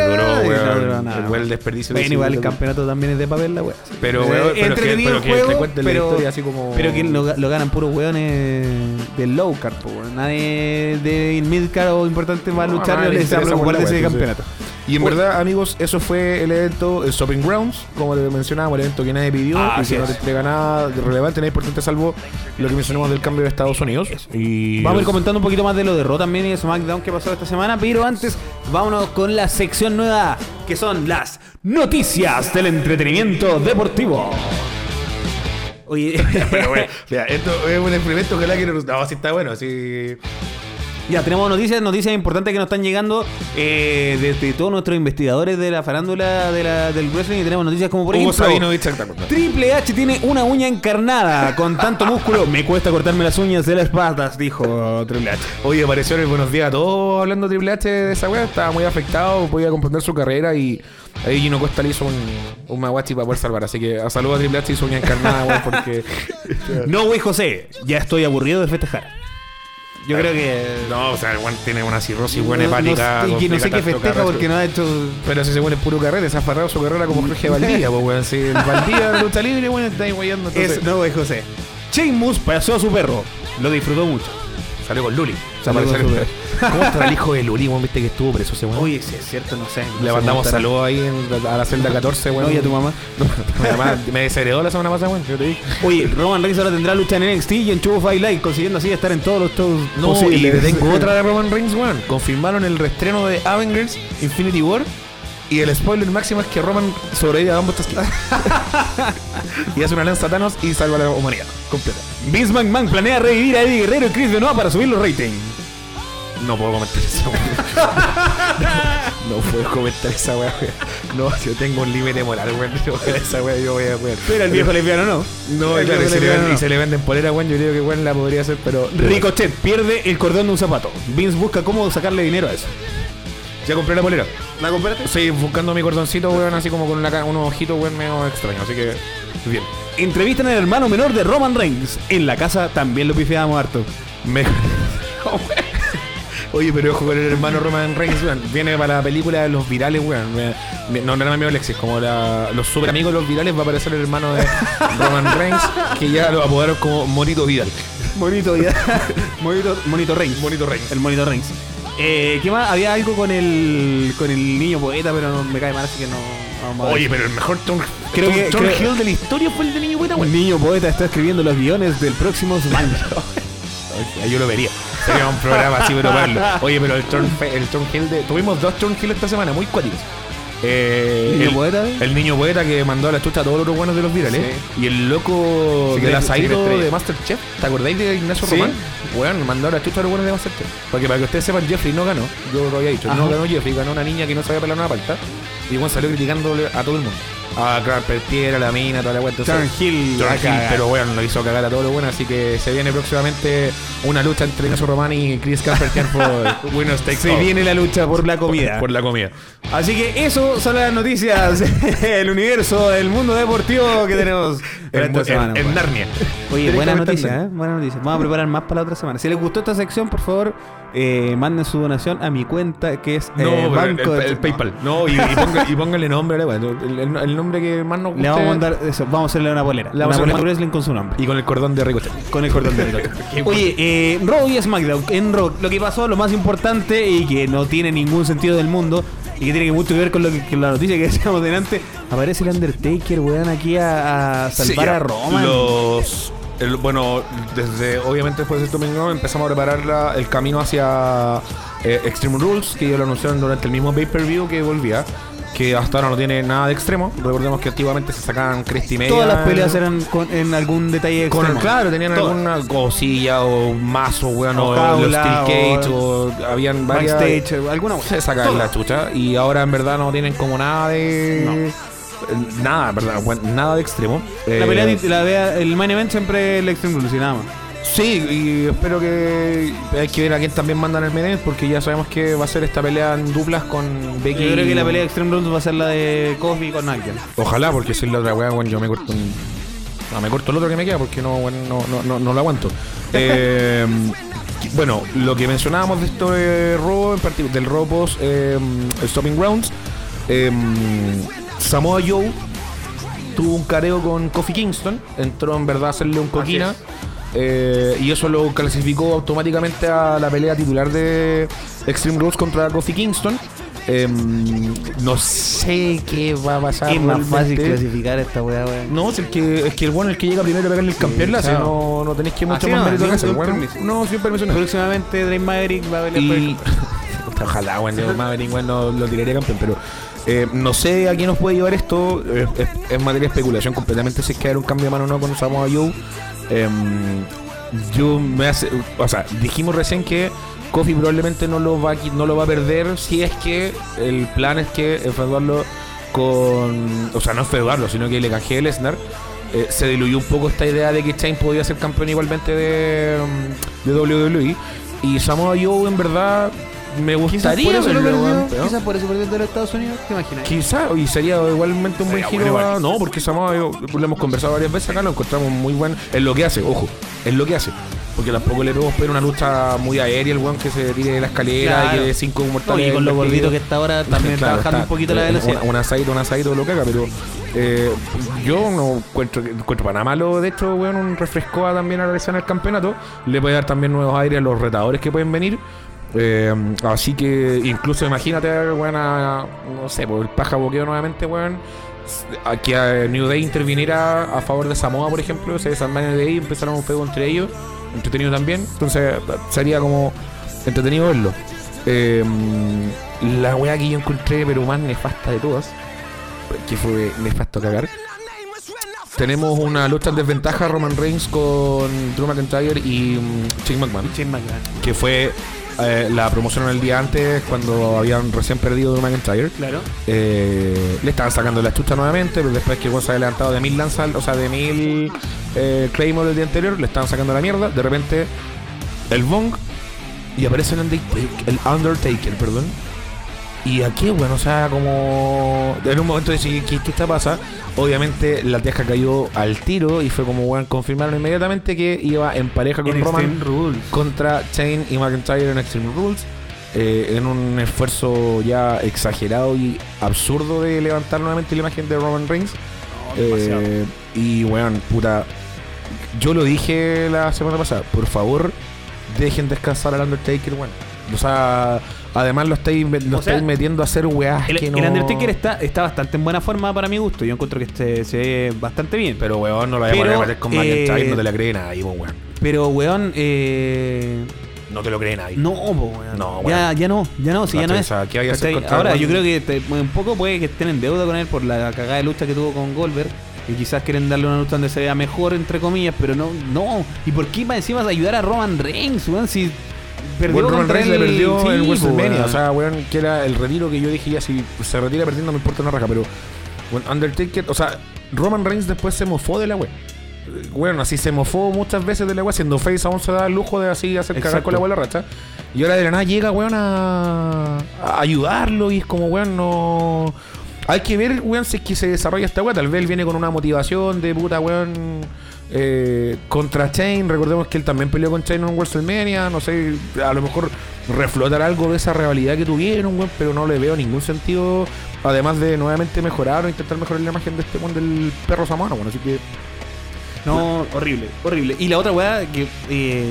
El desperdicio de igual el campeonato también es de papel, la weón. Pero weón, entretenido el juego, pero así como. Pero que lo ganan puros weones del low card, weón. Nadie de mid card o importante va a luchar y les va a preocupar de ese campeonato. Y en verdad, amigos, eso fue el evento, el Shopping Grounds, como les mencionábamos, el evento que nadie pidió y que no te entrega nada relevante, nada importante, salvo lo que mencionamos del cambio de Estados Unidos. Y vamos a ir comentando un poquito más de lo de Raw también y de SmackDown que pasó esta semana, pero antes vámonos con la sección nueva, que son las noticias del entretenimiento deportivo. Oye, Pero bueno, mira, esto es un experimento que no, sí está bueno, sí. ya tenemos noticias importantes que nos están llegando desde todos nuestros investigadores de la farándula del wrestling. Y tenemos noticias como por Hugo ejemplo Sabinovich, exactamente. Triple H tiene una uña encarnada con tanto músculo. Me cuesta cortarme las uñas de las patas, dijo Triple H. Oye, apareció en el Buenos Días a todos hablando de Triple H de esa weá. Estaba muy afectado, podía comprender su carrera y ahí Gino Costa le hizo un maguachi para poder salvar. Así que saludo a Triple H y su uña encarnada, weón, porque... No, güey, José, ya estoy aburrido de festejar. Yo creo que... No, o sea, el weón tiene una cirrosis buena hepática. Y que no sé qué festeja porque no ha hecho... Pero si se pone puro carrete, se ha afarrado su carrera como Jorge Valdivia, pues weón. Si el Valdivia de lucha libre, weón, está ahí guayando. No, güey, José. Sheamus paseó a su perro. Lo disfrutó mucho. Salió con Luli. Salió con Luli. ¿Cómo estará el hijo de Luli, weón? Viste que estuvo preso ese weón. Oye, si es cierto, no sé. Le mandamos saludos ahí a la celda 14, weón. Oye, a tu mamá. Mi mamá me desheredó la semana pasada, weón. Yo te dije. Oye, Roman Reigns ahora tendrá lucha en NXT y en 205 Live, consiguiendo así estar en todos los shows No, posibles. y tengo otra de Roman Reigns, weón. Confirmaron el reestreno de Avengers Infinity War. Y el spoiler máximo es que Roman sobrevive a ambos y hace una lanza a Thanos y salva a la humanidad completa. Vince McMahon planea revivir a Eddie Guerrero y Chris Benoit para subir los ratings. No puedo comentar esa weá. No puedo comentar esa weá. No, yo tengo un límite moral, weón. Esa weá yo voy a weón. Pero el viejo lesbiano no. No, El claro, viejo y lesbiano se le venden polera, weón. Yo creo que weón la podría hacer, pero. Ricochet pierde el cordón de un zapato. Vince busca cómo sacarle dinero a eso. Ya compré la polera. ¿La compraste? Estoy buscando mi cordoncito, weón, así como con unos ojitos, weón, medio extraños. Así que, bien. Entrevistan al hermano menor de Roman Reigns. En la casa también lo pifiábamos harto. Oye, pero ojo con el hermano Roman Reigns, weón. Viene para la película de los virales, weón. No era amigo Alexis, como los super amigos de los virales va a aparecer el hermano de Roman Reigns, que ya lo apodaron como Monito Vidal. Monito Reigns. Monito Reigns. El Monito Reigns. ¿Qué más? Había algo con el niño poeta, pero no me cae mal, así que no vamos a ver. Oye, pero el mejor Turn creo Hill de la historia fue el de niño poeta, El weón. niño poeta está escribiendo los guiones del próximo SmackDown. Yo lo vería. Sería un programa así, pero verlo. Oye, pero el Turn Hill tuvimos 2 Turn Hill esta semana, muy cuáticos. El niño poeta que mandó a la chucha a todos los otros buenos de los virales. Sí. Y el loco del asadito Secret de Masterchef. ¿Te acordáis de Ignacio Sí. Román? Bueno, mandó a la chucha a los buenos de Masterchef. Porque para que ustedes sepan, Jeffrey no ganó. Yo lo había dicho. Ajá. No ganó Jeffrey, ganó una niña que no sabía pelar una palta. Y bueno, salió criticándole a todo el mundo. A Carpentier, a la mina, toda la vuelta. Turn Hill, Pero bueno, lo hizo cagar a todo lo bueno. Así que se viene próximamente una lucha entre Ignacio Román y Chris Carpentier por Winners Take Se All. viene la lucha por la comida. Por la comida. Así que eso son las noticias del universo, del mundo deportivo que tenemos para esta semana. En Narnia. Oye, buena Directamente noticia, en ¿eh? Buena noticia. Vamos a preparar más para la otra semana. Si les gustó esta sección, por favor, manden su donación a mi cuenta, que es Banco el PayPal. No, y pónganle nombre, el nombre que más nos guste. Le vamos a mandar eso, vamos a hacerle una polera. Le vamos a hacer wrestling con su nombre. Y con el cordón de Ricochet. Con el cordón de Ricochet. Oye, Raw y SmackDown. En Raw, lo que pasó, lo más importante y que no tiene ningún sentido del mundo y que tiene mucho que ver con la noticia que decíamos delante, aparece el Undertaker, weón, aquí a salvar a Roman. Bueno, obviamente después de este domingo empezamos a preparar el camino hacia Extreme Rules, que ya lo anunciaron durante el mismo pay-per-view que volvía. Que hasta ahora no tiene nada de extremo. Recordemos que antiguamente se sacaban cresta y media. Todas las peleas eran en algún detalle extremo. Claro, tenían alguna cosilla o mazo, weón, o jaula, Steel Cage, o habían varias. Backstage, alguna. Se sacaban la chucha. Y ahora en verdad no tienen como nada de. Nada, verdad, bueno, nada de extremo. La pelea, el main event siempre el Extreme Rules y nada más. Sí, y espero que hay que ver a quién también mandan el main event, porque ya sabemos que va a ser esta pelea en duplas con Becky. Yo creo que la pelea de Extreme Rules va a ser la de Kofi con alguien. Ojalá, porque si es la otra weá, bueno, yo me corto me corto el otro que me queda, porque no lo aguanto. Bueno, lo que mencionábamos de esto de Raw, en particular del Raw post Stomping Grounds, Samoa Joe tuvo un careo con Kofi Kingston, entró en verdad a hacerle un coquina. Y eso lo clasificó automáticamente a la pelea titular de Extreme Rules contra Kofi Kingston. No sé qué va a pasar. Es más fácil clasificar esta weá, weón. No, es que el que llega primero a pegarle el campeón la hace. No tenéis que mucho más mérito que hacer. No, sin permiso. Próximamente Drake Maverick va a pelear por el... Ojalá, bueno, Maverick, bueno, lo tiraría campeón, pero no sé a quién nos puede llevar esto. Es materia de especulación completamente si es que hay un cambio de mano o no cuando Samoa Joe. O sea, dijimos recién que Kofi probablemente no lo va a perder si es que el plan es que enfrentarlo con... O sea, no enfrentarlo, sino que le canjee el Lesnar. Se diluyó un poco esta idea de que Shane podía ser campeón igualmente de WWE. Y Samoa Joe, en verdad, me gustaría verlo. Quizás por eso perdió de los Estados Unidos, ¿te imaginas? Quizás, y sería igualmente un buen giro. No, porque Samoa Joe, lo hemos conversado varias veces acá, lo encontramos muy bueno. Es lo que hace, ojo, es lo que hace. Porque tampoco le podemos pedir una lucha muy aérea, el weón que se tire de la escalera, claro, y que de 5 mortales. Y con lo gordito que está ahora también claro, está bajando un poquito la velocidad. Un asadito lo caga, pero yo no encuentro para nada malo. De hecho, weón, un refresco también a la en el campeonato. Le puede dar también nuevos aires a los retadores que pueden venir. Así que incluso imagínate, weón, no sé, por el paja boqueo nuevamente, weón, que New Day interviniera a favor de Samoa, por ejemplo, se desarmaron de ahí y empezaron un feudo entre ellos, entretenido también. Entonces sería como entretenido verlo. La weá que yo encontré, pero más nefasta de todas, que fue nefasto cagar. Tenemos una lucha en desventaja, Roman Reigns con Drew McIntyre y Shane McMahon, que fue la promoción el día antes, cuando habían recién perdido Drew McIntyre. Claro. Le estaban sacando la chucha nuevamente, pero después que se había levantado de 1000 lanzas, o sea, de 1000 Claymore el día anterior, le estaban sacando la mierda. De repente, el Bong, y aparece el Undertaker, perdón. Y aquí, bueno, o sea, como en un momento de decir, ¿qué está pasa? Obviamente la teja cayó al tiro y fue como, bueno, confirmaron inmediatamente que iba en pareja con Roman contra Shane y McIntyre en Extreme Rules, en un esfuerzo ya exagerado y absurdo de levantar nuevamente la imagen de Roman Reigns. Y bueno, puta, yo lo dije la semana pasada, por favor, dejen descansar al Undertaker, bueno. O sea, además lo estáis metiendo a hacer weás que no... El Undertaker está bastante en buena forma para mi gusto. Yo encuentro que se ve bastante bien. Pero weón, no lo vayamos a meter con McIntyre, no te la cree nadie, weón. Pero weón, no te lo cree nadie. No, weón. No, weón. Ya no, si ya no es. ¿Qué vaya a hacer contra ahora, yo creo que un poco puede que estén en deuda con él por la cagada de lucha que tuvo con Goldberg. Y quizás quieren darle una lucha donde se vea mejor, entre comillas, pero no. ¿Y por qué para encima ayudar a Roman Reigns, weón? Si perdió Roman Reigns le perdió en WrestleMania, o sea, weón, que era el retiro que yo dije, ya si se retira perdiendo no me importa una raja, pero bueno, Undertaker, o sea, Roman Reigns después se mofó de la weón. Bueno, así se mofó muchas veces de la weón, siendo face aún se da el lujo de así hacer cagar con la weón la racha. Y ahora de la nada llega, weón, a ayudarlo y es como, weón, no... Hay que ver, weón, si es que se desarrolla esta weón. Tal vez él viene con una motivación de puta, weón, contra Shane. Recordemos que él también peleó con Shane en WrestleMania. No sé, a lo mejor reflotar algo de esa rivalidad que tuvieron, weón, pero no le veo ningún sentido. Además de nuevamente mejorar o intentar mejorar la imagen de este weón del perro samoano, bueno, así que... No, horrible. Y la otra weá que...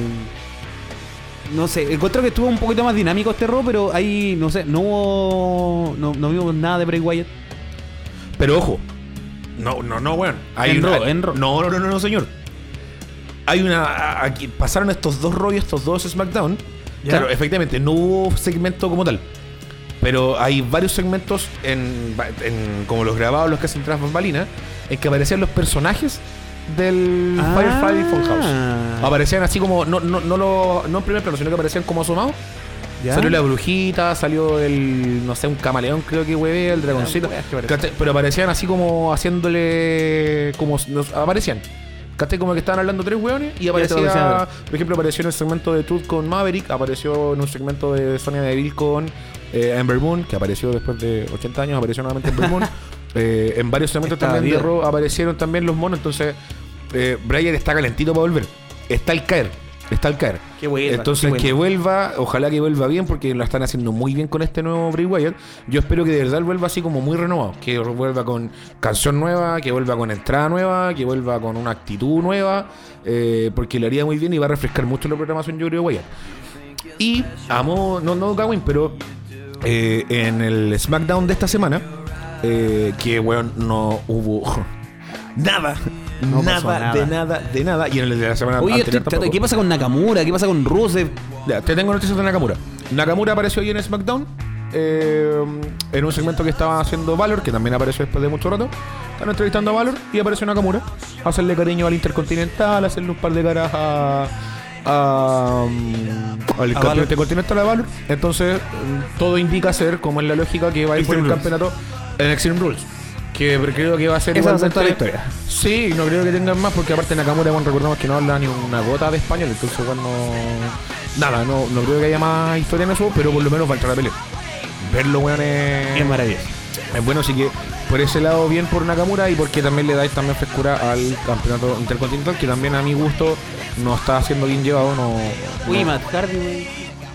no sé, encuentro que estuvo un poquito más dinámico este Raw, pero ahí, no sé, no vimos nada de Bray Wyatt. Pero ojo, no, weón. En Raw. No, señor. Hay una... Aquí pasaron estos dos Raw y estos dos SmackDown. ¿Ya? Claro, efectivamente, no hubo segmento como tal. Pero hay varios segmentos en como los grabados, los que hacen tras bambalinas, en que aparecían los personajes del Firefly Funhouse. Aparecían así como no en primer plano, sino que aparecían como asomados. ¿Ya? Salió la brujita, salió el, no sé, un camaleón, creo que hueve, el dragoncito. Pero aparecían así como haciéndole, como aparecían. ¿Cachai? Como que estaban hablando tres hueones y aparecía, por ejemplo, apareció en el segmento de Truth con Maverick, apareció en un segmento de Sonya Deville con Ember Moon, que apareció después de 80 años, apareció nuevamente Ember Moon. En varios segmentos también de Raw aparecieron también los monos. Entonces Bryan está calentito para volver. Está al caer. Entonces que vuelva, ojalá que vuelva bien, porque lo están haciendo muy bien con este nuevo Bray Wyatt. Yo espero que de verdad vuelva así como muy renovado, que vuelva con canción nueva, que vuelva con entrada nueva, que vuelva con una actitud nueva, porque le haría muy bien y va a refrescar mucho la programación, yo creo, Wyatt. Y no Gawin, pero en el SmackDown de esta semana, que weón, no hubo nada. De nada. Y en el de la semana anterior tampoco. ¿Qué pasa con Nakamura? ¿Qué pasa con Rusev? Ya, te tengo noticias de Nakamura. Nakamura apareció ahí en SmackDown. En un segmento que estaba haciendo Valor, que también apareció después de mucho rato. Están entrevistando a Valor y apareció Nakamura a hacerle cariño al Intercontinental, a hacerle un par de caras al campeón Intercontinental a Valor. Entonces todo indica ser, como es la lógica, que va a ir por el campeonato en Extreme Rules, que creo que va a ser esa es toda la historia. Sí, no creo que tengan más, porque aparte Nakamura, bueno, recordamos que no habla ni una gota de español, entonces bueno, nada, no creo que haya más historia en eso, pero por lo menos va a entrar a pelear. Verlo, weón, es maravilloso. Es bueno, así que por ese lado bien por Nakamura, y porque también le dais también frescura al campeonato intercontinental, que también a mi gusto no está siendo bien llevado. Uy, Matt Hardy, wey.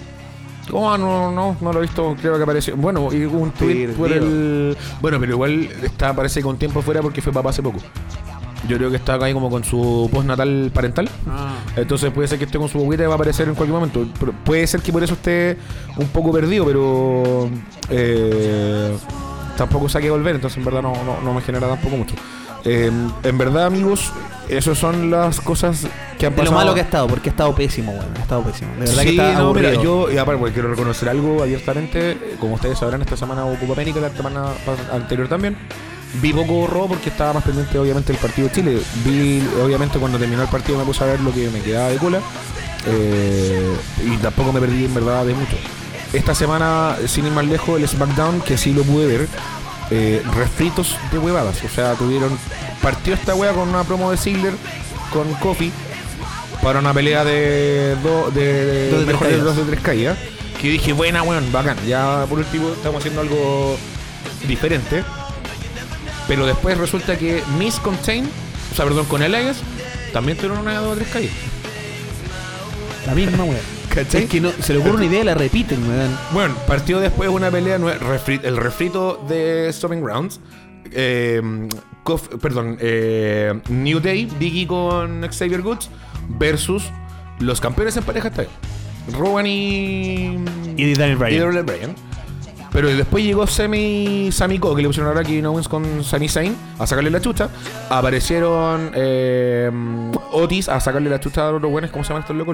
No lo he visto, creo que apareció. Bueno, y un tweet por el. Bueno, pero igual parece con tiempo fuera porque fue papá hace poco. Yo creo que está acá ahí como con su postnatal parental. Entonces puede ser que esté con su boquita y va a aparecer en cualquier momento. Puede ser que por eso esté un poco perdido, pero tampoco saque volver. Entonces en verdad no me genera tampoco mucho. En verdad, amigos, esas son las cosas que han pasado. Lo malo que ha estado, porque ha estado pésimo, bueno, ha estado pésimo. De verdad sí, que está aburrido. Mira, yo, y aparte, quiero reconocer algo abiertamente. Como ustedes sabrán, esta semana hubo Copa América, la semana anterior también. Vi poco Raw porque estaba más pendiente, obviamente, del partido de Chile. Obviamente, cuando terminó el partido me puse a ver lo que me quedaba de cola. Y tampoco me perdí, en verdad, de mucho. Esta semana, sin ir más lejos, el SmackDown, que sí lo pude ver, refritos de huevadas. O sea, partió esta hueá con una promo de Ziggler con Kofi para una pelea de mejores 2 de 3 caídas. Que dije, buena, weón, bacán. Ya por último estamos haciendo algo diferente. Pero después resulta que Miz con Shane, con Elias, también tuvieron una de 2 o 3 caídas. La misma, weón. ¿Cachai? Es que no, se le ocurre una idea y la repiten, weón. Bueno, partió después una pelea, el refrito de Stomping Grounds. New Day, Biggie con Xavier Woods versus los campeones en pareja esta vez, Rowan y Daniel Bryan. Pero después llegó Sami Zayn, que le pusieron ahora Kevin Owens con Sami Zayn a sacarle la chucha. Aparecieron Otis a sacarle la chucha a los buenos. ¿Cómo se llaman estos locos?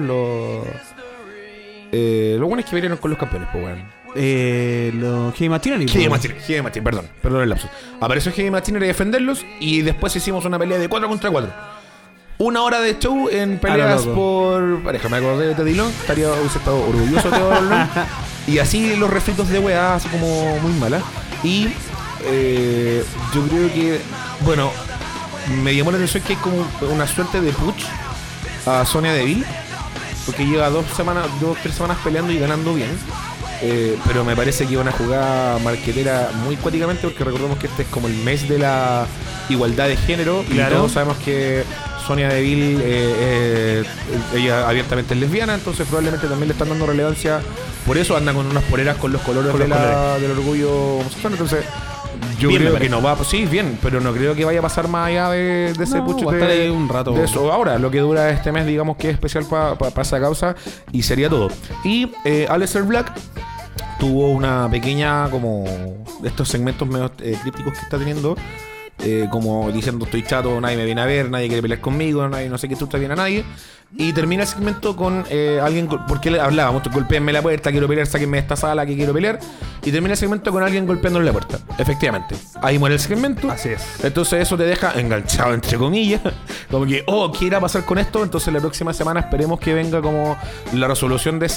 Los buenos que vinieron con los campeones, pues weón. Los Heavy Machinery, perdón el lapsus. Apareció Heavy Machinery a defenderlos. Y después hicimos una pelea de 4 contra 4. 1 hora de show en peleas por pareja. Me acordé de Teddy Long. Hubiese estado orgulloso de Teddy Long. Y así los refritos de weá, así como muy malas. Y yo creo que, bueno, me llamó la atención que hay como una suerte de push a Sonya Deville, porque lleva 2 o 3 semanas peleando y ganando bien. Pero me parece que una jugada marquetera muy cuáticamente, porque recordemos que este es como el mes de la igualdad de género. Claro. Y todos sabemos que Sonya Deville ella abiertamente es lesbiana, entonces probablemente también le están dando relevancia. Por eso anda con unas poleras con los colores del orgullo homosexual. Entonces yo bien, creo que no va, sí, bien, pero no creo que vaya a pasar más allá de ese pucho. Va a estar ahí un rato. De eso. Ahora, lo que dura este mes, digamos que es especial para esa causa, y sería todo. Y Aleister Black tuvo una pequeña, como de estos segmentos medio crípticos que está teniendo, como diciendo estoy chato, nadie me viene a ver, nadie quiere pelear conmigo, nadie, no sé qué chucha viene a nadie. Y termina el segmento con alguien, porque le hablábamos, golpeenme la puerta, quiero pelear, sáquenme de esta sala que quiero pelear. Y termina el segmento con alguien golpeándole la puerta. Efectivamente, ahí muere el segmento. Así es. Entonces eso te deja enganchado, entre comillas. Como que, ¿qué irá a pasar con esto? Entonces la próxima semana esperemos que venga como la resolución de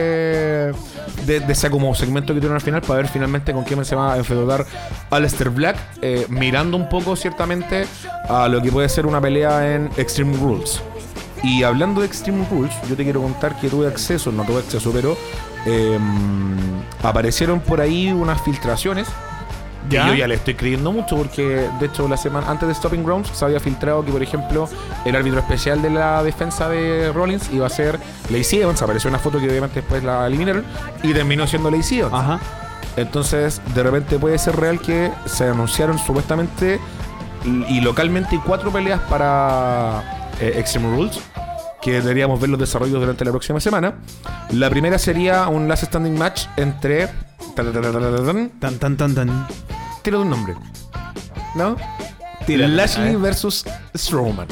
ese como segmento que tuvieron al final, para ver finalmente con quién se va a enfrentar Aleister Black, mirando un poco ciertamente a lo que puede ser una pelea en Extreme Rules. Y hablando de Extreme Rules, yo te quiero contar que no tuve acceso, pero aparecieron por ahí unas filtraciones que yo ya le estoy creyendo mucho, porque de hecho la semana antes de Stomping Grounds se había filtrado que, por ejemplo, el árbitro especial de la defensa de Rollins iba a ser Lacey Evans. Apareció una foto que obviamente después la eliminaron y terminó siendo Lacey Evans. Ajá. Entonces de repente puede ser real que se anunciaron supuestamente y localmente 4 peleas para Extreme Rules, que deberíamos ver los desarrollos durante la próxima semana. La primera sería un last standing match entre tira un nombre, ¿no? Lashley versus Strowman.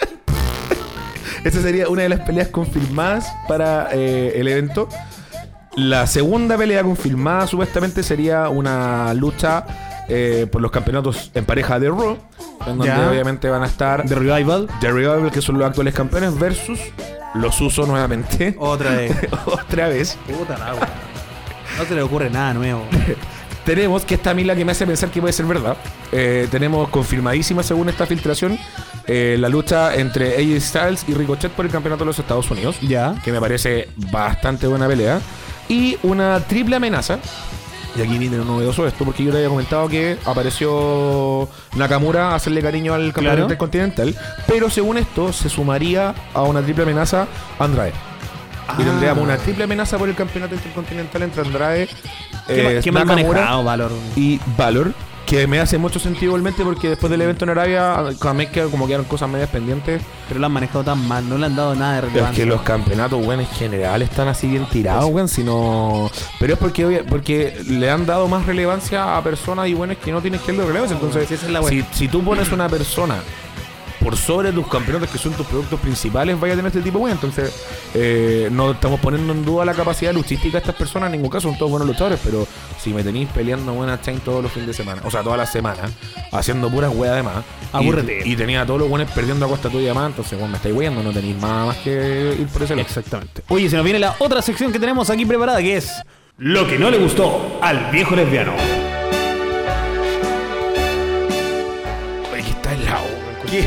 Esta sería una de las peleas confirmadas para el evento. La segunda pelea confirmada supuestamente sería una lucha por los campeonatos en pareja de Raw, en donde obviamente van a estar The Revival, que son los actuales campeones, versus los Usos nuevamente. Otra vez. Otra vez. Puta la wea. No se le ocurre nada nuevo. Tenemos, que esta a mí la que me hace pensar que puede ser verdad. Tenemos confirmadísima, según esta filtración, la lucha entre AJ Styles y Ricochet por el campeonato de los Estados Unidos. Ya. Que me parece bastante buena pelea. Y una triple amenaza. Y aquí viene lo novedoso de esto, porque yo le había comentado que apareció Nakamura a hacerle cariño al campeonato intercontinental. Pero según esto, se sumaría a una triple amenaza Andrade. Y tendríamos una triple amenaza por el campeonato intercontinental entre Andrade, ¿Qué mal manejado, Valor? Y Valor, que me hace mucho sentido igualmente, porque después del evento en Arabia también como quedaron cosas medias pendientes. Pero lo han manejado tan mal, no le han dado nada de relevancia. Es que los campeonatos, bueno, en general están así bien tirados, bueno, sino... Pero es porque le han dado más relevancia a personas y buenos que no tienen que darle relevancia. Entonces, esa es la si tú pones una persona por sobre tus campeonatos, que son tus productos principales, vaya a tener este tipo de weá. Entonces, no estamos poniendo en duda la capacidad luchística de estas personas, en ningún caso son todos buenos luchadores, pero si me tenéis peleando buenas chain todos los fines de semana, o sea, todas las semanas, haciendo puras weas de más, aburrete. Y tenía a todos los buenos perdiendo a costa tuya más, entonces, bueno, me estáis weyando, no tenéis más que ir por ese lado. Exactamente. Oye, se nos viene la otra sección que tenemos aquí preparada, que es lo que no le gustó al viejo lesbiano. Oye, que está helado.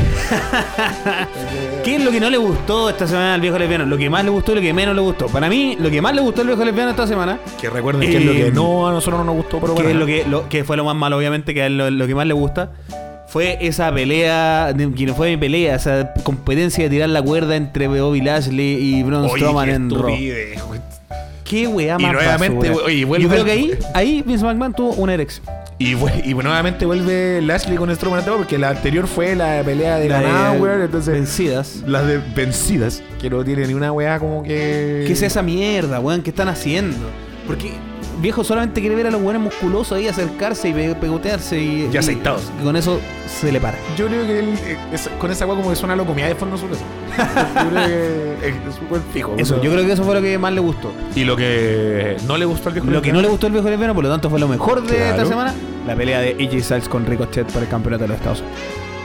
¿Qué es lo que no le gustó esta semana al viejo lesbiano? Lo que más le gustó y lo que menos le gustó. Para mí, lo que más le gustó al viejo lesbiano esta semana, que recuerden que es lo que no a nosotros no nos gustó, pero bueno, que fue lo más malo, obviamente, que a él lo que más le gusta fue esa pelea, que no fue mi pelea, esa competencia de tirar la cuerda entre Bobby Lashley y Braun Strowman en Raw. Qué weá más nuevamente, pasó, oye, yo creo que ahí Vince McMahon tuvo una erección. Y nuevamente vuelve Lashley con Strowman, porque la anterior fue la pelea de ganada, weón. Entonces, vencidas. Las de vencidas, que no tiene ni una weá como que... ¿Qué es esa mierda, weón? ¿Qué están haciendo? Porque viejo solamente quiere ver a los weones musculosos ahí acercarse y pegotearse y aceitados. Y con eso se le para. Yo creo que él, con esa weá como que suena lo comida de fondo su casa. Yo creo que es súper fijo. Eso, yo creo que eso fue lo que más le gustó. Y lo que no le gustó al viejo lesbiano. Lo que no le gustó al viejo lesbiano, por lo tanto fue lo mejor de esta semana, la pelea de AJ Styles con Ricochet por el campeonato de los Estados Unidos.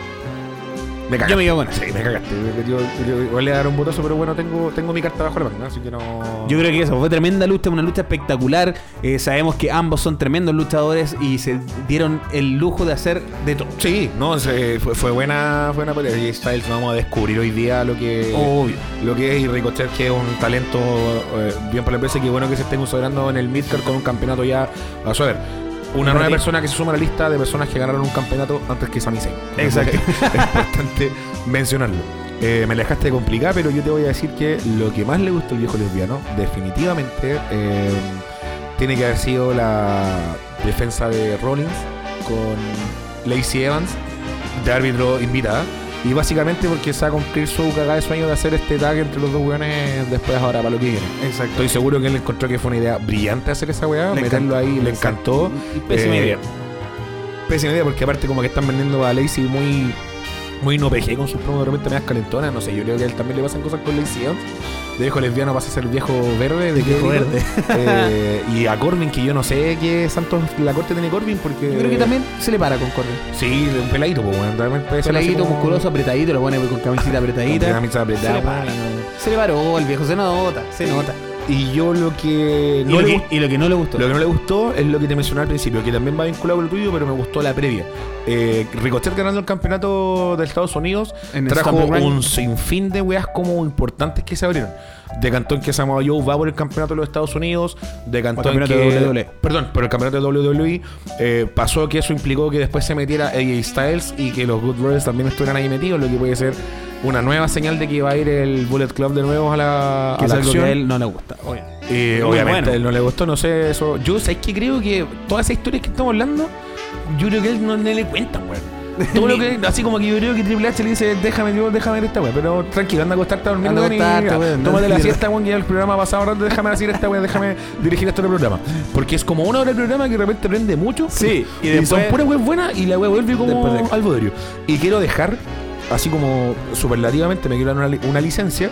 Yo me quedo con eso. Sí, me cagaste. Yo igual le daré un botazo, pero bueno, tengo mi carta bajo la manga, así que no... Yo creo que eso fue tremenda lucha, una lucha espectacular. Sabemos que ambos son tremendos luchadores y se dieron el lujo de hacer de todo. Sí, no, fue buena pelea. Y Styles vamos a descubrir hoy día lo que es, y Ricochet, que es un talento bien para la empresa, y que bueno que se estén consagrando en el midcard con un campeonato ya a su haber. Una nueva persona que se suma a la lista de personas que ganaron un campeonato antes que Sami Zayn. Exacto. Es importante mencionarlo. Me la dejaste de complicar, pero yo te voy a decir que lo que más le gustó al viejo lesbiano, definitivamente, tiene que haber sido la defensa de Rollins con Lacey Evans de árbitro invitada. Y básicamente porque se va a cumplir su cagada de sueño de hacer este tag entre los dos weones después ahora para lo que viene. Exacto. Estoy seguro que él encontró que fue una idea brillante hacer esa weá, meterlo ahí, le encantó. Pésima idea. Pésima idea, porque aparte como que están vendiendo a Lacey muy no PG con sus promos de repente medias calentonas. No sé, yo creo que a él también le pasan cosas con Lacey Evans. De viejo lesbiano pasa a ser viejo verde. De viejo verde. Y a Corbin, que yo no sé qué santos la corte tiene Corbin, porque... Yo creo que también se le para con Corbin. Sí, un peladito, pues bueno, realmente puede ser peladito, como... musculoso, apretadito, lo pone con camisita apretadita. Con camisita apretada. Se le paró el viejo, se nota. Y yo lo que no lo que no le gustó. Lo que no le gustó es lo que te mencioné al principio, que también va vinculado con lo tuyo, pero me gustó la previa. Ricochet ganando el campeonato de Estados Unidos trajo un sinfín de weas como importantes que se abrieron. Decantó en que Samoa Joe va por el campeonato de los Estados Unidos. Decantó en que... WWE. Perdón, por el campeonato de WWE. Pasó que eso implicó que después se metiera AJ Styles y que los Good Brothers también estuvieran ahí metidos, lo que puede ser una nueva señal de que va a ir el Bullet Club de nuevo a la acción. Que a él no le gusta. Obviamente a él no le gustó, no sé eso. Yo sé que creo que todas esas historias que estamos hablando, yo creo que él no le cuentan, weón. Todo lo que, así como que yo creo que Triple H le dice, déjame ver esta weá, pero tranquilo, anda a acostarte durmiendo, tómate la siesta, weón, que ya el programa pasado, déjame decir esta weá, déjame dirigir este otro programa. Porque es como una hora del programa que de repente prende mucho. Sí, y después son puras weas buenas y la weá vuelve como al bodrio. Y quiero dejar, así como superlativamente me quiero dar una licencia,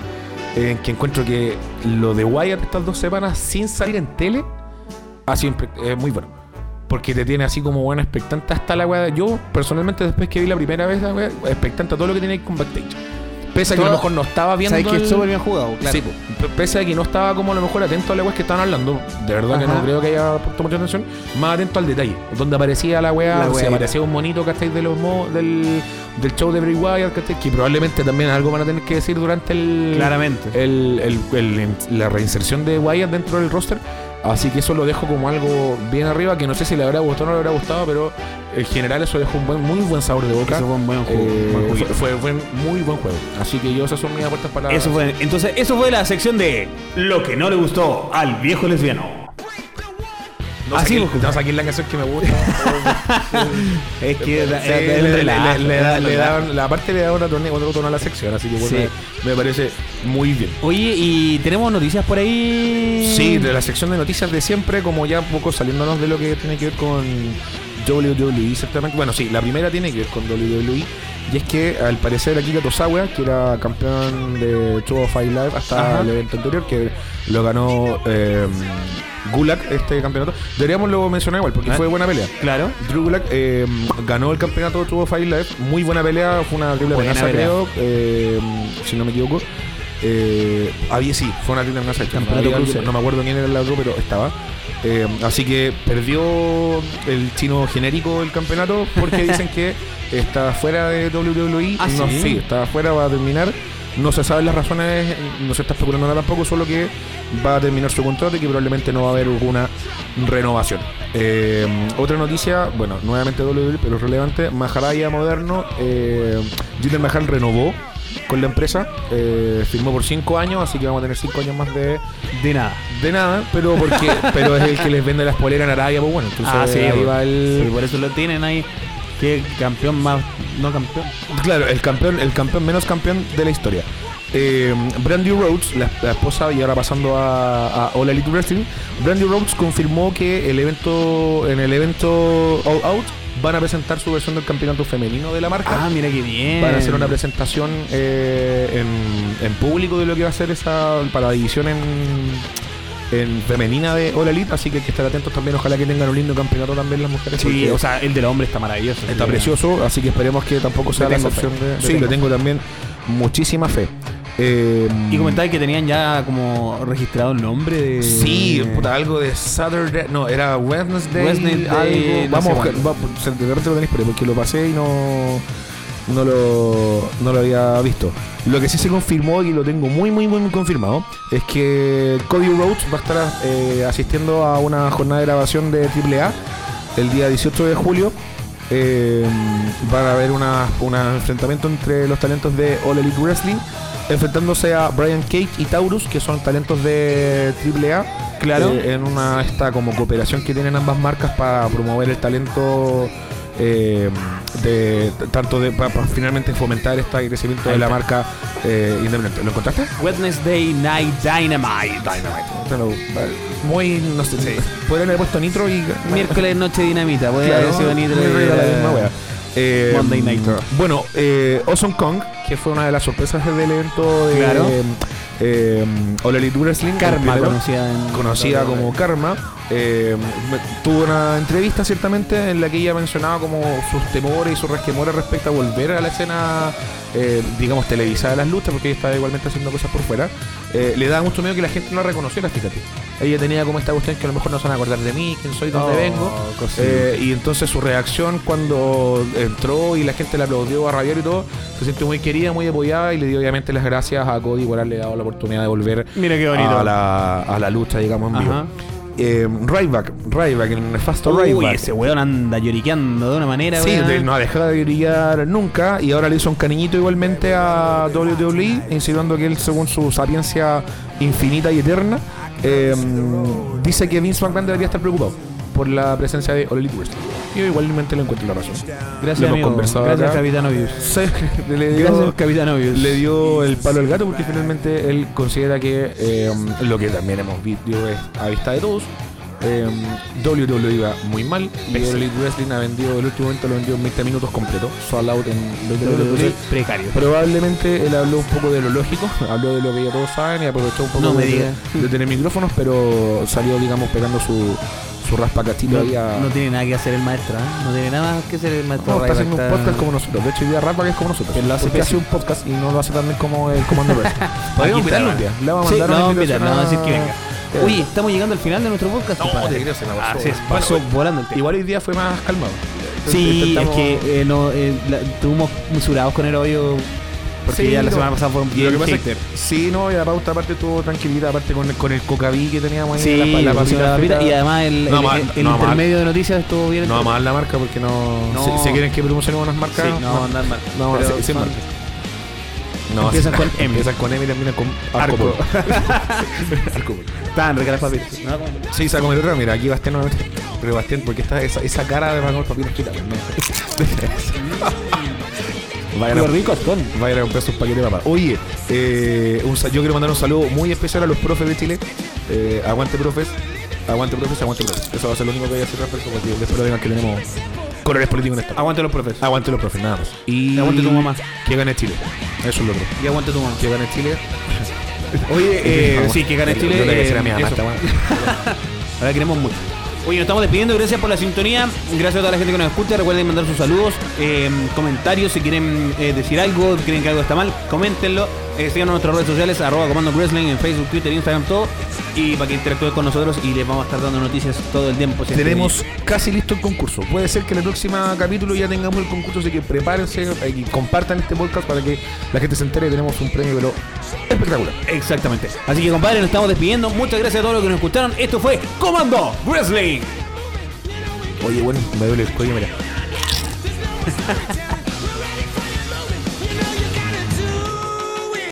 que encuentro que lo de Wyatt estas 2 semanas sin salir en tele ha sido muy bueno. Porque te tiene así como buena expectante hasta la weá. Yo, personalmente, después que vi la primera vez la weá, expectante a todo lo que tiene con backstage. Pese a que a lo mejor no estaba viendo. Sabes que es súper bien jugado, claro. Sí, pese a que no estaba como a lo mejor atento a la weá que estaban hablando. De verdad que no creo que haya puesto mucha atención. Más atento al detalle. Donde aparecía la weá, o sea, aparecía un monito, ¿cachai? De los del show de Bray Wyatt, ¿cachai? Que probablemente también algo van a tener que decir durante la reinserción de Wyatt dentro del roster. Así que eso lo dejo como algo bien arriba, que no sé si le habrá gustado o no le habrá gustado, pero en general eso dejó un muy buen sabor de boca. Eso fue un buen juego. Fue muy buen juego. Así que yo esas son mis apuestas para... Entonces, eso fue la sección de lo que no le gustó al viejo lesbiano. Así aquí la canción que me gusta. Es que le daban la parte le da otro tono a la sección, así que bueno, me parece muy bien. Oye, ¿y tenemos noticias por ahí? Sí, de la sección de noticias de siempre, como ya un poco saliéndonos de lo que tiene que ver con WWE, exactamente. Bueno, sí, la primera tiene que ver con WWE. Y es que al parecer Akira Tozawa, que era campeón de 205 Live hasta el evento anterior, que lo ganó Gulak, este campeonato. Deberíamos luego mencionar igual, porque fue buena pelea. Claro. Drew Gulak ganó el campeonato de 205 Live. Muy buena pelea, fue una triple amenaza, creo, si no me equivoco. Fue una triple amenaza. No me acuerdo quién era el otro, pero estaba. Así que perdió el chino genérico el campeonato porque dicen que está fuera de WWE. Sí, está fuera, va a terminar. No se saben las razones, no se está especulando nada tampoco, solo que va a terminar su contrato y que probablemente no va a haber alguna renovación. Otra noticia, bueno, nuevamente WWE, pero es relevante. Maharaja Moderno, Jinder Mahal renovó con la empresa, firmó por 5 años, así que vamos a tener 5 años más de nada, pero pero es el que les vende las poleras en Arabia, pues bueno, entonces ahí va el... Por eso lo tienen ahí. ¿Qué campeón más no campeón? Claro, el campeón menos campeón de la historia. Brandi Rhodes, la esposa, y ahora pasando a All Elite Wrestling, Brandi Rhodes confirmó que en el evento All Out van a presentar su versión del campeonato femenino de la marca. Ah, mira qué bien. Van a hacer una presentación en público de lo que va a ser esa para la división en femenina de All Elite, así que hay que estar atentos también. Ojalá que tengan un lindo campeonato también las mujeres. Sí, o sea, el del hombre está maravilloso. Está precioso, así que esperemos que tampoco sea la excepción de... Sí, le tengo también muchísima fe. Y comentáis que tenían ya como registrado el nombre de... Sí, algo de Saturday... No, era Wednesday algo. Vamos a buscar, de verdad te lo tenéis por ahí, porque lo pasé y no lo había visto. Lo que sí se confirmó, y lo tengo muy confirmado, es que Cody Rhodes va a estar asistiendo a una jornada de grabación de AAA el día 18 de julio. Van a haber un enfrentamiento entre los talentos de All Elite Wrestling, enfrentándose a Brian Cage y Taurus, que son talentos de AAA. Claro. En esta como cooperación que tienen ambas marcas para promover el talento, para finalmente fomentar este crecimiento de la marca independiente. ¿Lo encontraste? Wednesday Night Dynamite. Muy, no sé, podrían haber puesto Nitro y... Miércoles Noche Dinamita, podría haber sido Nitro y... Monday Night. Bueno, Awesome Kong, que fue una de las sorpresas del evento de All Elite Wrestling, Karma, conocida como Karma, tuvo una entrevista ciertamente en la que ella mencionaba como sus temores y sus resquemores respecto a volver a la escena, digamos, televisada de las luchas, porque ella estaba igualmente haciendo cosas por fuera. Le daba mucho miedo que la gente no la reconociera, fíjate. Ella tenía como esta cuestión que a lo mejor no se van a acordar de mí, quién soy, dónde vengo. Y entonces su reacción cuando entró y la gente le aplaudió a rabiar y todo, se sintió muy querida, muy apoyada, y le dio obviamente las gracias a Cody por haberle dado la oportunidad de volver. Mira qué bonito. a la lucha, digamos, en vivo. Ryback en Nefasto Ryback. Uy, ese weón anda lloriqueando de una manera. Sí, no ha dejado de lloriquear nunca, y ahora le hizo un cariñito igualmente a WWE, insinuando que él, según su sapiencia infinita y eterna, dice que Vince McMahon debería estar preocupado por la presencia de All Elite Wrestling. Yo igualmente le encuentro la razón. Gracias, amigo. Gracias, Capitán Obvious. Gracias, Capitán Obvious. Le dio el palo al gato porque finalmente él considera que lo que también hemos visto es a vista de todos, WWE iba muy mal y Elite Wrestling ha vendido, el último momento lo vendió en 20 minutos completo, sold out en 20 minutos. Precario. Probablemente él habló un poco de lo lógico, habló de lo que ya todos saben y aprovechó un poco de tener micrófonos, pero salió, digamos, pegando su raspacachito ahí a... No tiene nada que hacer el maestro, ¿eh? No tiene nada más que hacer el maestro. No, está haciendo un podcast como nosotros. De hecho, hoy día Raspa que es como nosotros. Él lo hace porque hace un podcast y no lo hace tan bien como el Comando Wrestling. Podríamos invitarlo un día. Le vamos a mandar una invitación. Le vamos a decir que venga. Oye, estamos llegando al final de nuestro podcast. No, te creo, se me pasó. Así es, pasó volando el tiempo. Igual hoy día fue más calmado. Sí, es que estuvimos mesurados con el hoyo. Porque sí, ya la semana pasada fue un bien hater. Sí, no, y la pauta aparte estuvo tranquilita, aparte con el cocaví que teníamos ahí. Sí, la papita. Y además el intermedio de noticias estuvo bien. No vamos a dar la marca porque no. ¿Se quieren que promocionemos unas marcas? Sí, no vamos a dar marca. No, sin marca. No, empiezan con M. Empiezan con M y terminan con Arco. Estaban ricas las papitas. Sí, se va a comer otra. Mira, aquí Bastián nuevamente. Pero Bastián, porque está esa cara de Manuel Papitas, quítala. Vayan a comprar sus paquetes de papas. Oye, yo quiero mandar un saludo muy especial a los profes de Chile. Aguante profes. Aguante profes, aguante profes. Eso va a ser lo único que voy a decir respecto, porque después digan que tenemos colores políticos en esto. Aguante los profes. Aguante los profes, nada más. Y aguante tu mamá. Que gane Chile. Eso es lo otro. Y aguante tu mamá. Que gane Chile. Oye, sí, que gane Chile. Yo le voy a decir a mi mamá, ahora queremos mucho. Oye, nos estamos despidiendo, gracias por la sintonía, gracias a toda la gente que nos escucha, recuerden mandar sus saludos, comentarios, si quieren decir algo, creen que algo está mal, coméntenlo, síganos en nuestras redes sociales, @Comando Wrestling, en Facebook, Twitter, Instagram, todo, y para que interactúen con nosotros y les vamos a estar dando noticias todo el tiempo. Tenemos casi listo el concurso, puede ser que en el próximo capítulo ya tengamos el concurso, así que prepárense y compartan este podcast para que la gente se entere, tenemos un premio pero espectacular. Exactamente, así que compadre, nos estamos despidiendo, muchas gracias a todos los que nos escucharon, esto fue Comando Wrestling. Oye, bueno, me duele el cuello, mira.